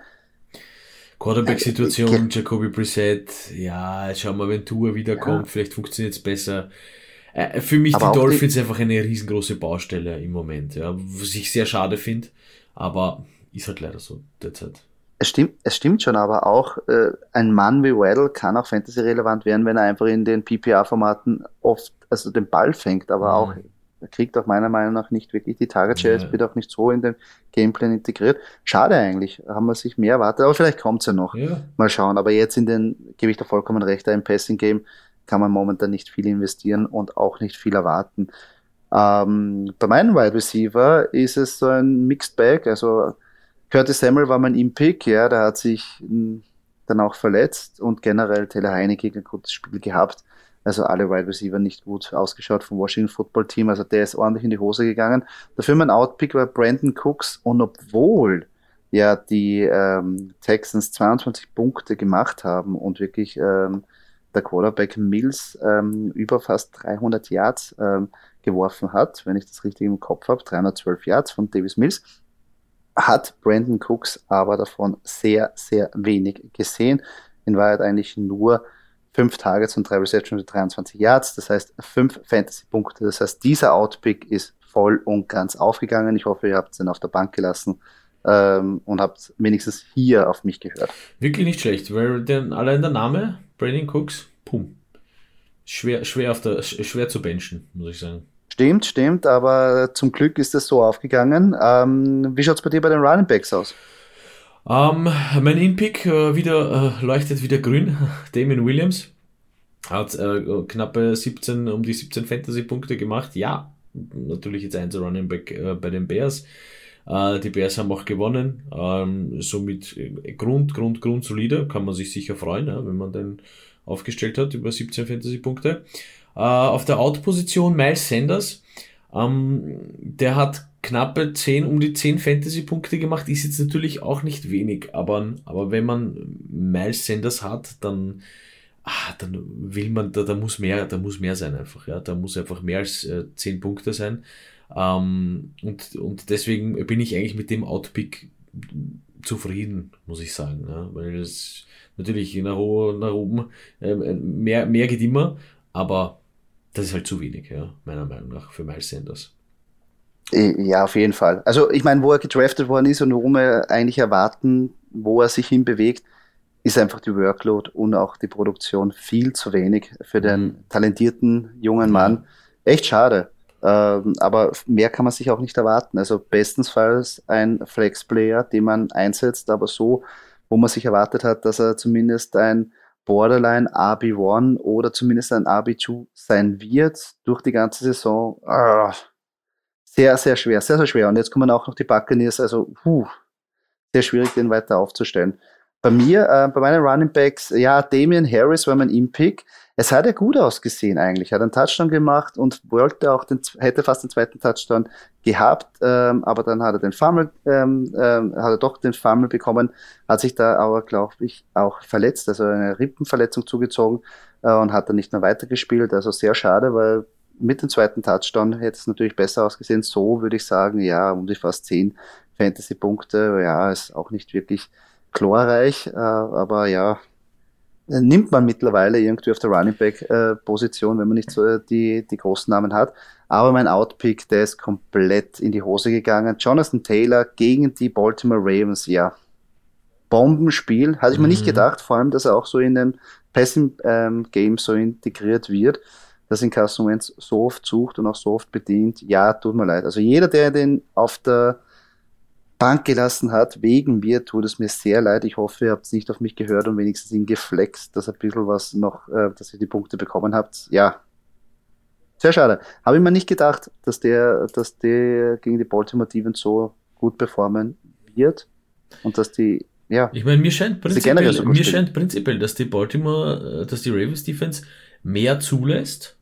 Quarterback-Situation, Jacoby Brissett, ja, schauen wir, wenn Tour wiederkommt, Ja. vielleicht funktioniert es besser. Äh, für mich Aber die auch die- Dolphins einfach eine riesengroße Baustelle im Moment, ja, was ich sehr schade finde, aber ist halt leider so derzeit. Es stimmt, es stimmt schon, aber auch äh, ein Mann wie Waddle kann auch Fantasy-relevant werden, wenn er einfach in den P P R-Formaten oft, also den Ball fängt, aber Mhm. auch, er kriegt auch meiner Meinung nach nicht wirklich die Target Share, Ja. es wird auch nicht so in den Gameplan integriert. Schade eigentlich, haben wir sich mehr erwartet, aber vielleicht kommt's ja noch. Ja, Mal schauen, aber jetzt in den, gebe ich da vollkommen recht, da im Passing-Game kann man momentan nicht viel investieren und auch nicht viel erwarten. Ähm, bei meinem Wide Receiver ist es so ein Mixed Bag, also Curtis Samuel war mein In-Pick, ja, der hat sich mh, dann auch verletzt und generell Taylor Heineke ein gutes Spiel gehabt. Also alle Wide Receiver nicht gut ausgeschaut vom Washington Football Team, also der ist ordentlich in die Hose gegangen. Dafür mein Outpick war Brandon Cooks und obwohl ja die ähm, Texans zweiundzwanzig Punkte gemacht haben und wirklich ähm, der Quarterback Mills ähm, über fast dreihundert Yards ähm, geworfen hat, wenn ich das richtig im Kopf habe, dreihundertzwölf Yards von Davis Mills, hat Brandon Cooks aber davon sehr, sehr wenig gesehen. In Wahrheit eigentlich nur fünf Targets und drei Receptions und dreiundzwanzig Yards, das heißt fünf Fantasy-Punkte. Das heißt, dieser Outpick ist voll und ganz aufgegangen. Ich hoffe, ihr habt ihn auf der Bank gelassen ähm, und habt wenigstens hier auf mich gehört. wirklich nicht schlecht, weil denn allein der Name, Brandon Cooks, pum, schwer, schwer auf der, schwer zu benchen, muss ich sagen. Stimmt, stimmt, aber zum Glück ist das so aufgegangen. Ähm, wie schaut's bei dir bei den Running Backs aus? Ähm, mein In-Pick äh, wieder, äh, leuchtet wieder grün. Damien Williams hat äh, knappe siebzehn, um die siebzehn Fantasy-Punkte gemacht. Ja, natürlich jetzt eins Running Back äh, bei den Bears. Äh, die Bears haben auch gewonnen. Ähm, somit äh, Grund, Grund, Grund solide. Kann man sich sicher freuen, ja, wenn man den aufgestellt hat über siebzehn Fantasy-Punkte. Äh, auf der Out-Position Miles Sanders. Ähm, der hat knappe zehn, um die zehn Fantasy-Punkte gemacht, ist jetzt natürlich auch nicht wenig, aber, aber wenn man Miles Sanders hat, dann, ah, dann will man, da, da muss mehr, da muss mehr sein einfach, ja, da muss einfach mehr als äh, zehn Punkte sein. Ähm, und, und deswegen bin ich eigentlich mit dem Outpick zufrieden, muss ich sagen, ja, weil es natürlich nach, nach oben äh, mehr, mehr geht immer, aber das ist halt zu wenig, ja, meiner Meinung nach, für Miles Sanders. Ja, auf jeden Fall. Also ich meine, wo er gedraftet worden ist und worum wir eigentlich erwarten, wo er sich hinbewegt, ist einfach die Workload und auch die Produktion viel zu wenig für den Mhm. talentierten jungen Mann. Echt schade. Ähm, aber mehr kann man sich auch nicht erwarten. Also bestensfalls ein Flex-Player, den man einsetzt, aber so, wo man sich erwartet hat, dass er zumindest ein Borderline R B eins oder zumindest ein R B zwei sein wird durch die ganze Saison. Ah, sehr, sehr schwer, sehr, sehr schwer. Und jetzt kommen auch noch die Buccaneers, also puh, sehr schwierig, den weiter aufzustellen. Bei mir, äh, bei meinen Running Backs, ja, Damian Harris war mein In-Pick. Es hat ja gut ausgesehen eigentlich. Hat einen Touchdown gemacht und wollte auch den, hätte fast den zweiten Touchdown gehabt, ähm, aber dann hat er den Fumble, ähm, ähm, hat er doch den Fumble bekommen, hat sich da aber, glaube ich, auch verletzt, also eine Rippenverletzung zugezogen äh, und hat dann nicht mehr weitergespielt. Also sehr schade, weil mit dem zweiten Touchdown hätte es natürlich besser ausgesehen. So würde ich sagen, ja, um die fast zehn Fantasy-Punkte, ja, ist auch nicht wirklich glorreich, äh, aber ja, nimmt man mittlerweile irgendwie auf der Running Back äh, Position, wenn man nicht so die, die großen Namen hat. Aber mein Outpick, der ist komplett in die Hose gegangen. Jonathan Taylor gegen die Baltimore Ravens, ja, Bombenspiel, hatte ich mir nicht Mhm. gedacht, vor allem, dass er auch so in den Passing ähm, Game so integriert wird, dass ihn Carson Wentz so oft sucht und auch so oft bedient. Ja, tut mir leid. Also jeder, der den auf der Bank gelassen hat, wegen mir, tut es mir sehr leid. Ich hoffe, ihr habt es nicht auf mich gehört und wenigstens ihn geflext, dass ein bisschen was noch, äh, dass ihr die Punkte bekommen habt. Ja, sehr schade. Habe ich mir nicht gedacht, dass der, dass der gegen die Baltimore Ravens so gut performen wird und dass die, ja, Ich meine, mir scheint dass die generell prinzipiell, so gut mir spielen. scheint prinzipiell, dass die Baltimore, äh, dass die Ravens Defense mehr zulässt,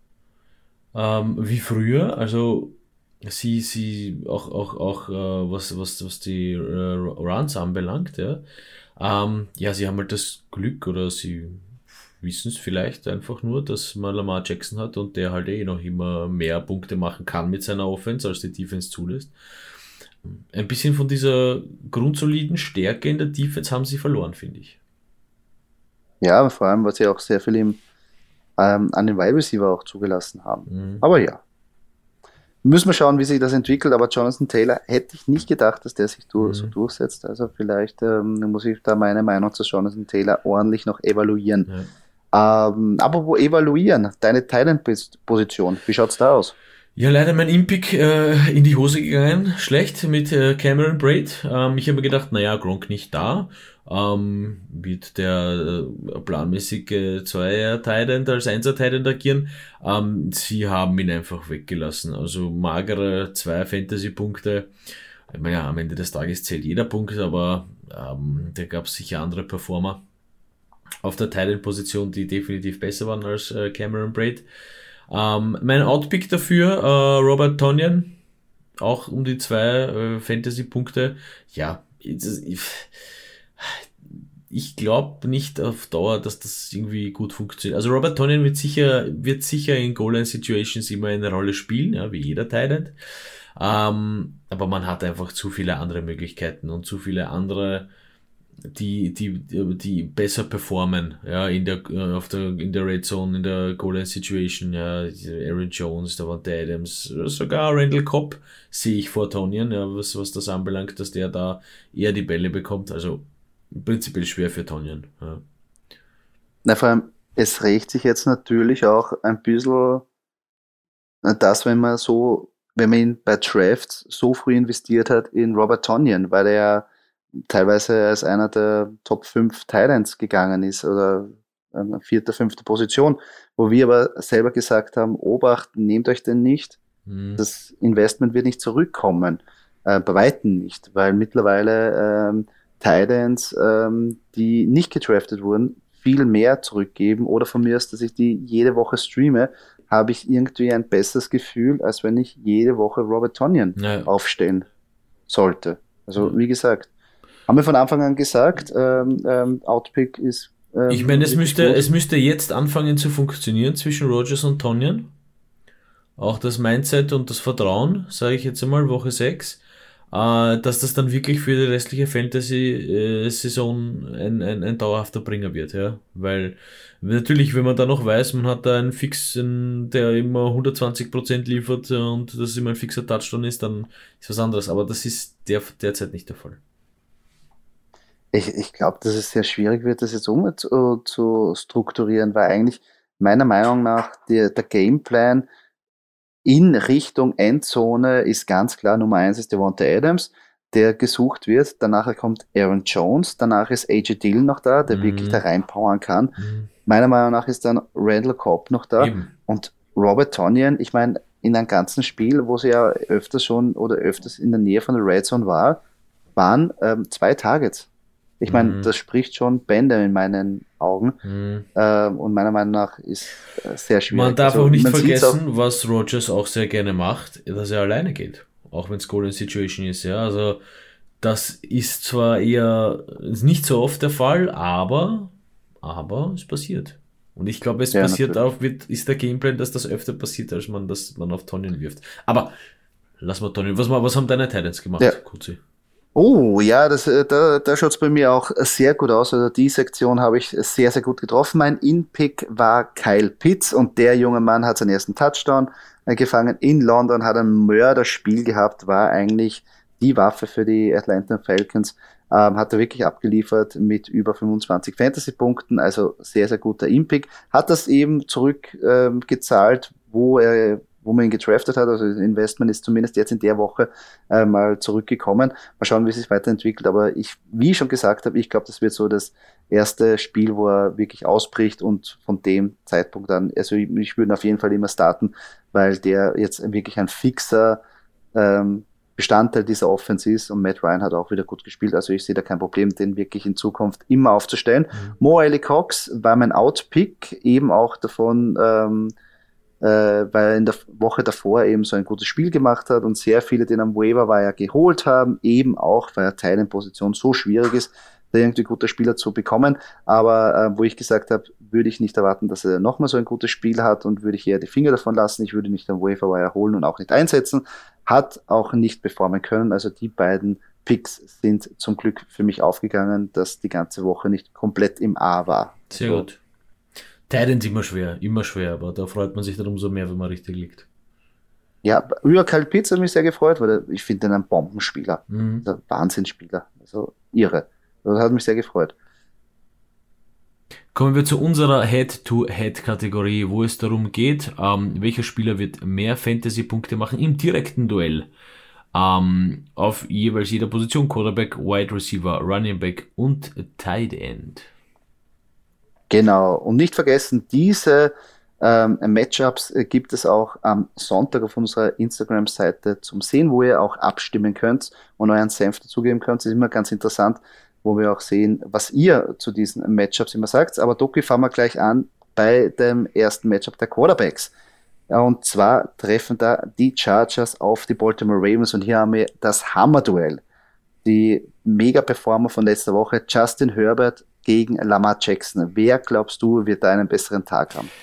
ähm, wie früher. Also sie, sie auch, auch, auch äh, was, was, was die äh, Runs anbelangt, ja. Ähm, ja, sie haben halt das Glück oder sie wissen es vielleicht einfach nur, dass man Lamar Jackson hat und der halt eh noch immer mehr Punkte machen kann mit seiner Offense, als die Defense zulässt. Ein bisschen von dieser grundsoliden Stärke in der Defense haben sie verloren, finde ich. Ja, vor allem, was sie auch sehr viel im, ähm, an den Wide Receiver auch zugelassen haben. Mhm. Aber ja, müssen wir schauen, wie sich das entwickelt. Aber Jonathan Taylor hätte ich nicht gedacht, dass der sich dur so Mhm. durchsetzt. Also vielleicht ähm, muss ich da meine Meinung zu Jonathan Taylor ordentlich noch evaluieren. Ja. Ähm, apropos evaluieren, deine Thailand-Position, wie schaut's da aus? Ja, leider mein Impick äh, in die Hose gegangen, schlecht mit äh, Cameron Braid. Ähm, ich habe mir gedacht, naja, Gronk nicht da, ähm, wird der äh, planmäßige Zweier-Tident als Einser-Tident agieren. Ähm, sie haben ihn einfach weggelassen. Also magere zwei Fantasy-Punkte. Ich meine, ja, am Ende des Tages zählt jeder Punkt, aber ähm, da gab es sicher andere Performer auf der Tident-Position, die definitiv besser waren als äh, Cameron Braid. Ähm, mein Outpick dafür, äh, Robert Tonyan, auch um die zwei äh, Fantasy-Punkte. Ja, ich, ich glaube nicht auf Dauer, dass das irgendwie gut funktioniert. Also Robert Tonyan wird sicher, wird sicher in Goal-Line-Situations immer eine Rolle spielen, ja, wie jeder Tight ähm, aber man hat einfach zu viele andere Möglichkeiten und zu viele andere, die, die, die besser performen, ja, in der, auf der, in der Red Zone, in der Goal-Line Situation, ja, Aaron Jones, Davante Adams, sogar Randall Cobb sehe ich vor Tonyan, ja, was, was das anbelangt, dass der da eher die Bälle bekommt, also prinzipiell schwer für Tonyan, ja. Na, vor allem, es rächt sich jetzt natürlich auch ein bisschen das, wenn man so, wenn man ihn bei Drafts so früh investiert hat in Robert Tonyan, weil er ja teilweise als einer der Top fünf Titans gegangen ist oder eine vierte, fünfte Position, wo wir aber selber gesagt haben, Obacht, nehmt euch den nicht, Hm. das Investment wird nicht zurückkommen, äh, bei Weitem nicht, weil mittlerweile ähm, Titans, ähm, die nicht gedraftet wurden, viel mehr zurückgeben oder von mir aus, dass ich die jede Woche streame, habe ich irgendwie ein besseres Gefühl, als wenn ich jede Woche Robert Tonyan Ja. aufstellen sollte. Also Ja. wie gesagt, haben wir von Anfang an gesagt, ähm, ähm, Outpick ist ähm, Ich meine, es richtig müsste, gut. es müsste jetzt anfangen zu funktionieren zwischen Rodgers und Tonyan. Auch das Mindset und das Vertrauen, sage ich jetzt einmal, Woche sechs, äh, dass das dann wirklich für die restliche Fantasy-Saison ein, ein, ein dauerhafter Bringer wird, ja. Weil natürlich, wenn man da noch weiß, man hat da einen Fixen, der immer hundertzwanzig Prozent liefert und das immer ein fixer Touchdown ist, dann ist was anderes. Aber das ist der, derzeit nicht der Fall. Ich, ich glaube, dass es sehr schwierig wird, das jetzt um zu, zu strukturieren, weil eigentlich meiner Meinung nach der, der Gameplan in Richtung Endzone ist ganz klar, Nummer eins ist Devonta Adams, der gesucht wird. Danach kommt Aaron Jones, danach ist A J Dillon noch da, der Mhm. wirklich da reinpowern kann. Mhm. Meiner Meinung nach ist dann Randall Cobb noch da. Eben. Und Robert Tonyan, ich meine, in einem ganzen Spiel, wo sie ja öfters schon oder öfters in der Nähe von der Red Zone war, waren ähm, zwei Targets. Ich meine, Mhm. das spricht schon Bände in meinen Augen. Mhm. Ähm, und meiner Meinung nach ist äh, sehr schwierig. Man darf Also, auch nicht man sieht's auch- vergessen, was Rodgers auch sehr gerne macht, dass er alleine geht. Auch wenn es Golden Situation ist, ja. Also, das ist zwar eher ist nicht so oft der Fall, aber, aber es passiert. Und ich glaube, es Ja, passiert natürlich. auch, wird, ist der Gameplan, dass das öfter passiert, als man das man auf Tonyan wirft. Aber, lass mal Tonyan, was, was haben deine Titans gemacht, Ja. Kutzi? Oh, ja, das, äh, da, da schaut's bei mir auch sehr gut aus. Also die Sektion habe ich sehr, sehr gut getroffen. Mein In-Pick war Kyle Pitts und der junge Mann hat seinen ersten Touchdown äh, gefangen in London, hat ein Mörderspiel gehabt, war eigentlich die Waffe für die Atlanta Falcons. Ähm, hat er wirklich abgeliefert mit über fünfundzwanzig Fantasy-Punkten, also sehr, sehr guter In-Pick. Hat das eben zurückgezahlt, ähm, gezahlt, wo er wo man ihn gedraftet hat, also das Investment ist zumindest jetzt in der Woche äh, mal zurückgekommen. Mal schauen, wie es sich weiterentwickelt, aber ich, wie ich schon gesagt habe, ich glaube, das wird so das erste Spiel, wo er wirklich ausbricht und von dem Zeitpunkt an, also ich, ich würde ihn auf jeden Fall immer starten, weil der jetzt wirklich ein fixer ähm, Bestandteil dieser Offense ist und Matt Ryan hat auch wieder gut gespielt, also ich sehe da kein Problem, den wirklich in Zukunft immer aufzustellen. Mhm. Mo Alie-Cox war mein Outpick, eben auch davon, ähm, äh, weil er in der Woche davor eben so ein gutes Spiel gemacht hat und sehr viele den am Waiver Wire geholt haben, eben auch, weil er Teil in Position so schwierig ist, da irgendwie gute Spieler zu bekommen, aber äh, wo ich gesagt habe, würde ich nicht erwarten, dass er nochmal so ein gutes Spiel hat und würde ich eher die Finger davon lassen, ich würde nicht am Waiver Wire holen und auch nicht einsetzen, hat auch nicht performen können, also die beiden Picks sind zum Glück für mich aufgegangen, dass die ganze Woche nicht komplett im A war. Sehr So. gut. Titans immer schwer, immer schwer, aber da freut man sich dann umso mehr, wenn man richtig liegt. Ja, über Kyle Pitts hat mich sehr gefreut, weil ich finde ihn ein Bombenspieler. Mhm. Also Wahnsinnsspieler. Also irre. Das hat mich sehr gefreut. Kommen wir zu unserer Head-to-Head-Kategorie, wo es darum geht, ähm, welcher Spieler wird mehr Fantasy-Punkte machen im direkten Duell. Ähm, auf jeweils jeder Position, Quarterback, Wide Receiver, Running Back und Tight End. Genau. Und nicht vergessen, diese ähm, Matchups äh, gibt es auch am Sonntag auf unserer Instagram-Seite zum Sehen, wo ihr auch abstimmen könnt und euren Senf dazugeben könnt. Das ist immer ganz interessant, wo wir auch sehen, was ihr zu diesen Matchups immer sagt. Aber Doki, fangen wir gleich an bei dem ersten Matchup der Quarterbacks. Ja, und zwar treffen da die Chargers auf die Baltimore Ravens und hier haben wir das Hammer-Duell. Die Mega-Performer von letzter Woche, Justin Herbert gegen Lamar Jackson. Wer, glaubst du, wird da einen besseren Tag haben?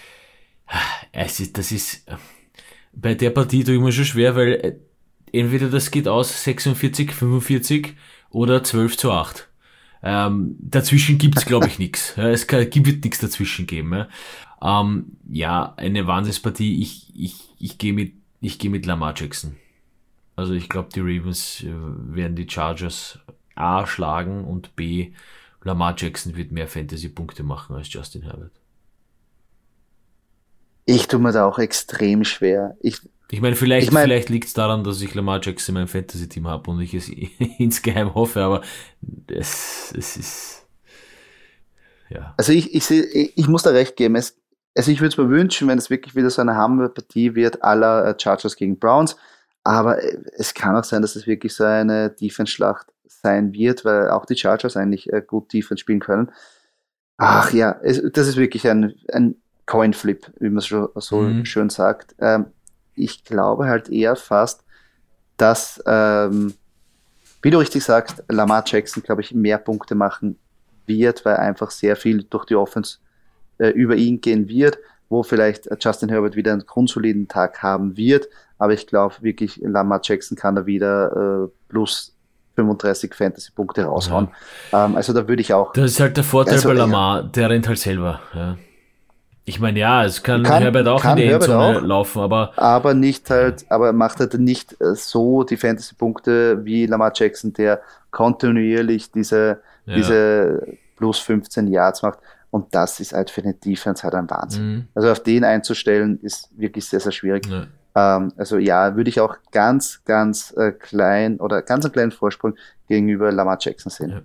Es ist, das ist, bei der Partie tue ich mir schon schwer, weil äh, entweder das geht aus sechsundvierzig, fünfundvierzig oder zwölf zu acht. Ähm, dazwischen gibt's, glaube ich, nichts. Ja, es kann, wird nichts dazwischen geben. Ja, ähm, ja eine Wahnsinnspartie. Ich, ich, ich gehe mit, ich gehe mit Lamar Jackson. Also ich glaube, die Ravens äh, werden die Chargers A schlagen und B, Lamar Jackson wird mehr Fantasy-Punkte machen als Justin Herbert. Ich tue mir da auch extrem schwer. Ich, Ich meine, vielleicht, Ich mein- vielleicht liegt es daran, dass ich Lamar Jackson in meinem Fantasy-Team habe und ich es insgeheim hoffe, aber es, es ist, ja. also ich, ich, seh, ich, ich muss da recht geben. Es, also ich würde es mir wünschen, wenn es wirklich wieder so eine Hammer-Partie wird, à la äh, Chargers gegen Browns. Aber äh, es kann auch sein, dass es wirklich so eine Defense-Schlacht sein wird, weil auch die Chargers eigentlich äh, gut Defense spielen können. Ach ja, es, das ist wirklich ein, ein Coinflip, wie man so, so Mhm. schön sagt. Ähm, ich glaube halt eher fast, dass, ähm, wie du richtig sagst, Lamar Jackson, glaube ich, mehr Punkte machen wird, weil einfach sehr viel durch die Offense äh, über ihn gehen wird, wo vielleicht äh, Justin Herbert wieder einen grundsoliden Tag haben wird. Aber ich glaube wirklich, Lamar Jackson kann da wieder äh, plus fünfunddreißig Fantasy-Punkte raushauen. Ja. Ähm, also da würde ich auch, Das ist halt der Vorteil also bei ja, Lamar, der rennt halt selber. Ja. Ich meine, ja, es kann Herbert kann, auch in kann die Herbert Endzone auch, laufen, aber aber nicht ja, halt, aber macht halt nicht äh, so die Fantasy-Punkte wie Lamar Jackson, der kontinuierlich diese, ja. diese plus fünfzehn Yards macht. Und das ist halt für eine Defense halt ein Wahnsinn. Mhm. Also auf den einzustellen, ist wirklich sehr, sehr schwierig. Ja. Ähm, also ja, würde ich auch ganz, ganz äh, klein oder ganz einen kleinen Vorsprung gegenüber Lamar Jackson sehen.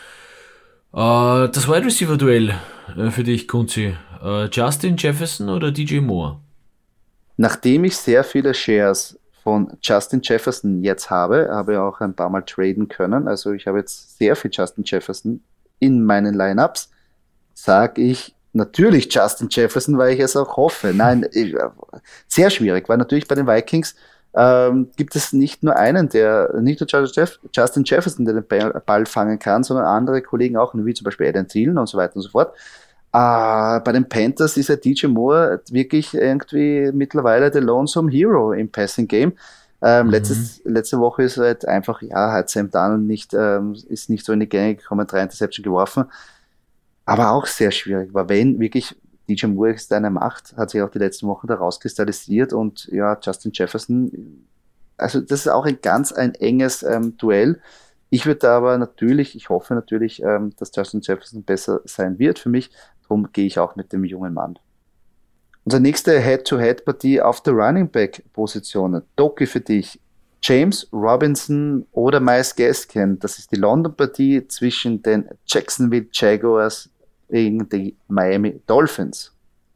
Ja. Äh, das Wide Receiver Duell äh, für dich, Kunzi. Äh, Justin Jefferson oder D J Moore? Nachdem ich sehr viele Shares von Justin Jefferson jetzt habe, habe ich auch ein paar Mal traden können. Also ich habe jetzt sehr viel Justin Jefferson in meinen Lineups. Sage ich natürlich Justin Jefferson, weil ich es auch hoffe. Nein, ich, sehr schwierig, weil natürlich bei den Vikings ähm, gibt es nicht nur einen, der, nicht nur Jeff, Justin Jefferson, der den Ball fangen kann, sondern andere Kollegen auch, wie zum Beispiel Adam Thielen und so weiter und so fort. Uh, bei den Panthers ist ja D J Moore wirklich irgendwie mittlerweile der Lonesome Hero im Passing Game. Ähm, Mhm. letztes, letzte Woche ist er halt einfach, ja, hat Sam Darnold nicht, ähm, ist nicht so in die Gänge gekommen, drei Interception geworfen. Aber auch sehr schwierig, weil wenn wirklich D J Moore es deine Macht, hat sich auch die letzten Wochen da rauskristallisiert und ja, Justin Jefferson, also das ist auch ein ganz ein enges ähm, Duell. Ich würde da aber natürlich, ich hoffe natürlich, ähm, dass Justin Jefferson besser sein wird für mich. Darum gehe ich auch mit dem jungen Mann. Unsere nächste Head-to-Head-Partie auf der Running Back-Position. Doki für dich. James Robinson oder Myles Gaskin. Das ist die London-Partie zwischen den Jacksonville Jaguars gegen die Miami Dolphins.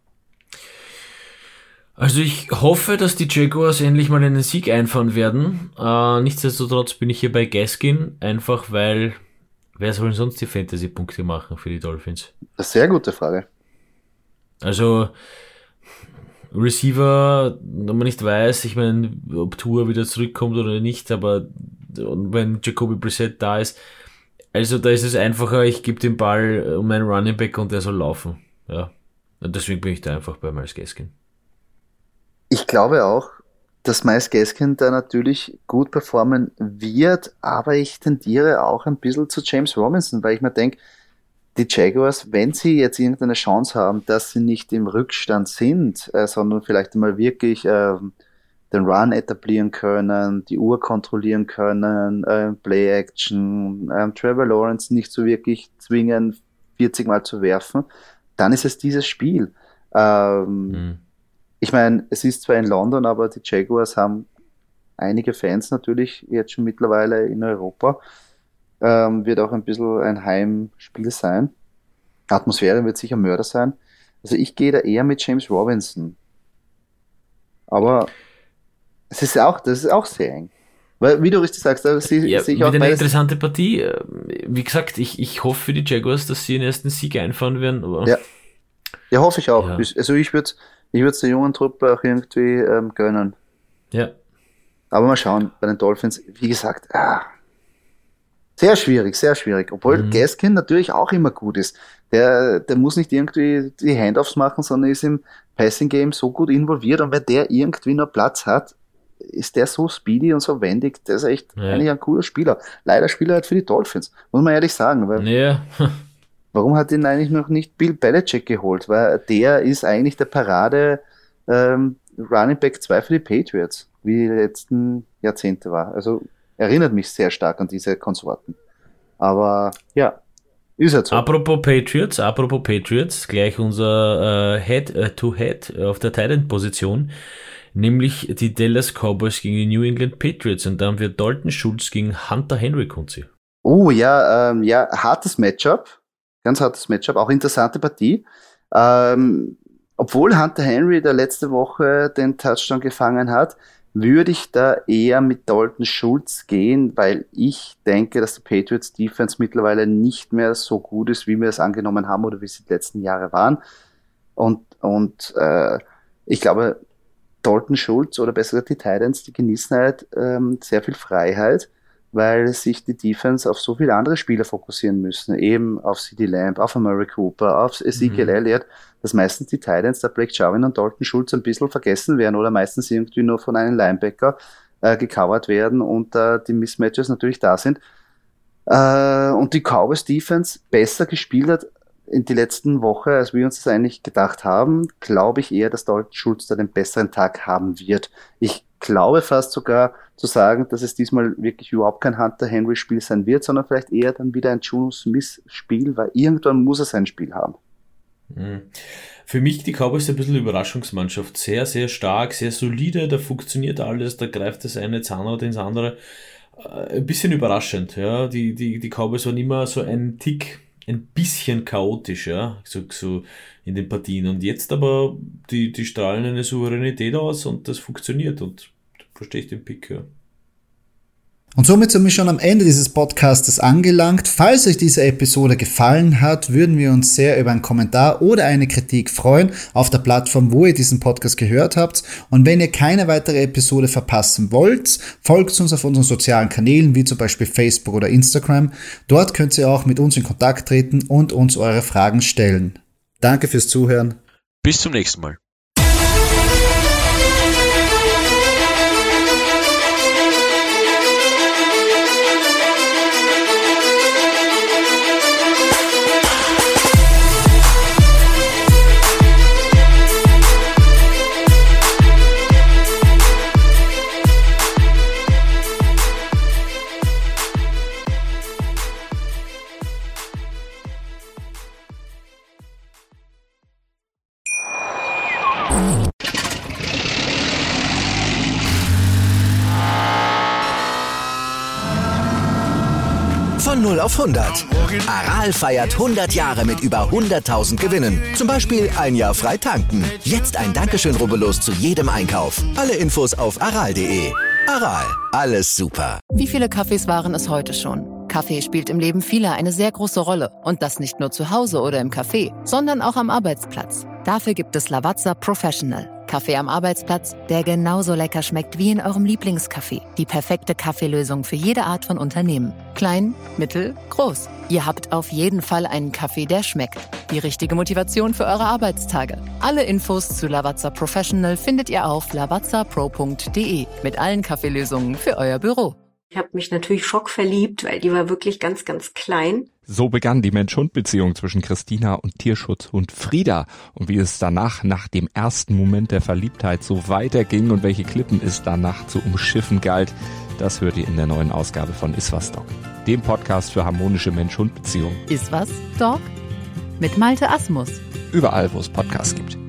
Also ich hoffe, dass die Jaguars endlich mal einen Sieg einfahren werden. Äh, nichtsdestotrotz bin ich hier bei Gaskin, einfach weil, wer soll denn sonst die Fantasy-Punkte machen für die Dolphins? Das ist eine sehr gute Frage. Also Receiver, wenn man nicht weiß, ich meine, ob Tour wieder zurückkommt oder nicht, aber und wenn Jacoby Brissett da ist, also da ist es einfacher, ich gebe den Ball um einen Running Back und der soll laufen. Ja. Und deswegen bin ich da einfach bei Myles Gaskin. Ich glaube auch, dass Myles Gaskin da natürlich gut performen wird, aber ich tendiere auch ein bisschen zu James Robinson, weil ich mir denke, die Jaguars, wenn sie jetzt irgendeine Chance haben, dass sie nicht im Rückstand sind, äh, sondern vielleicht mal wirklich äh, den Run etablieren können, die Uhr kontrollieren können, äh, Play-Action, äh, Trevor Lawrence nicht so wirklich zwingen, vierzig Mal zu werfen, dann ist es dieses Spiel. Ähm, Hm. ich meine, es ist zwar in London, aber die Jaguars haben einige Fans natürlich jetzt schon mittlerweile in Europa. Ähm, wird auch ein bisschen ein Heimspiel sein. Atmosphäre wird sicher Mörder sein. Also ich gehe da eher mit James Robinson. Aber es ist auch, das ist auch sehr eng. Weil, wie du richtig sagst, da sehe Ja, sehe ich auch wieder eine beides. interessante Partie. Ähm, Wie gesagt, ich, ich hoffe für die Jaguars, dass sie den ersten Sieg einfahren werden, aber Ja, ja, hoffe ich auch. ja, Ich- Also ich würde ich würde der jungen Truppe auch irgendwie ähm, gönnen. ja. Aber mal schauen, bei den Dolphins, wie gesagt, ah, sehr schwierig, sehr schwierig. Obwohl Mhm. Gaskin natürlich auch immer gut ist. Der, der muss nicht irgendwie die Handoffs machen, sondern ist im Passing Game so gut involviert. Und wenn der irgendwie nur Platz hat, ist der so speedy und so wendig. Der ist echt Ja. eigentlich ein cooler Spieler. Leider spielt er halt für die Dolphins, muss man ehrlich sagen. Weil Ja. warum hat ihn eigentlich noch nicht Bill Belichick geholt? Weil der ist eigentlich der Parade ähm, Running Back zwei für die Patriots, wie die letzten Jahrzehnte war. Also erinnert mich sehr stark an diese Konsorten. Aber ja, ist halt so. Apropos Patriots, apropos Patriots, gleich unser äh, Head-to-Head auf der Tight-End-Position, nämlich die Dallas Cowboys gegen die New England Patriots. Und da haben wir Dalton Schultz gegen Hunter Henry, Kunzi. Oh ja, ähm, ja, hartes Matchup. Ganz hartes Matchup, auch interessante Partie. Ähm, obwohl Hunter Henry da letzte Woche den Touchdown gefangen hat, würde ich da eher mit Dalton Schultz gehen, weil ich denke, dass die Patriots Defense mittlerweile nicht mehr so gut ist, wie wir es angenommen haben oder wie sie die letzten Jahre waren. Und, und äh, ich glaube, Dalton Schultz oder besser gesagt die Titans, die genießen halt ähm, sehr viel Freiheit, weil sich die Defense auf so viele andere Spieler fokussieren müssen, eben auf CeeDee Lamb, auf Amari Cooper, auf Ezekiel mhm. Elliott, dass meistens die Titans, der Blake Jarwin und Dalton Schultz ein bisschen vergessen werden oder meistens irgendwie nur von einem Linebacker äh, gecovert werden und äh, die Mismatches natürlich da sind. Äh, und die Cowboys Defense besser gespielt hat in die letzten Woche, als wir uns das eigentlich gedacht haben, glaube ich eher, dass Dalton Schultz da den besseren Tag haben wird. Ich glaube fast sogar zu sagen, dass es diesmal wirklich überhaupt kein Hunter-Henry-Spiel sein wird, sondern vielleicht eher dann wieder ein Juno Smith-Spiel, weil irgendwann muss er sein Spiel haben. Für mich die Cowboys ein bisschen Überraschungsmannschaft. Sehr, sehr stark, sehr solide, da funktioniert alles, da greift das eine Zahnrad ins andere. Ein bisschen überraschend, ja. Die, die, die Cowboys waren immer so ein Tick, ein bisschen chaotisch, ja, so, so in den Partien. Und jetzt aber, die, die strahlen eine Souveränität aus und das funktioniert und da verstehe ich den Pick, ja. Und somit sind wir schon am Ende dieses Podcastes angelangt. Falls euch diese Episode gefallen hat, würden wir uns sehr über einen Kommentar oder eine Kritik freuen auf der Plattform, wo ihr diesen Podcast gehört habt. Und wenn ihr keine weitere Episode verpassen wollt, folgt uns auf unseren sozialen Kanälen, wie zum Beispiel Facebook oder Instagram. Dort könnt ihr auch mit uns in Kontakt treten und uns eure Fragen stellen. Danke fürs Zuhören. Bis zum nächsten Mal. Von null auf hundert. Aral feiert hundert Jahre mit über hunderttausend Gewinnen. Zum Beispiel ein Jahr frei tanken. Jetzt ein Dankeschön, rubbellos zu jedem Einkauf. Alle Infos auf aral punkt de. Aral, alles super. Wie viele Kaffees waren es heute schon? Kaffee spielt im Leben vieler eine sehr große Rolle. Und das nicht nur zu Hause oder im Café, sondern auch am Arbeitsplatz. Dafür gibt es Lavazza Professional. Kaffee am Arbeitsplatz, der genauso lecker schmeckt wie in eurem Lieblingscafé. Die perfekte Kaffeelösung für jede Art von Unternehmen. Klein, mittel, groß. Ihr habt auf jeden Fall einen Kaffee, der schmeckt. Die richtige Motivation für eure Arbeitstage. Alle Infos zu Lavazza Professional findet ihr auf lavazza pro punkt de mit allen Kaffeelösungen für euer Büro. Ich habe mich natürlich schockverliebt, weil die war wirklich ganz, ganz klein. So begann die Mensch-Hund-Beziehung zwischen Christina und Tierschutzhund Frieda. Und wie es danach, nach dem ersten Moment der Verliebtheit, so weiterging und welche Klippen es danach zu umschiffen galt, das hört ihr in der neuen Ausgabe von Iswas Dog, dem Podcast für harmonische Mensch-Hund-Beziehungen. Iswas Dog? Mit Malte Asmus. Überall, wo es Podcasts gibt.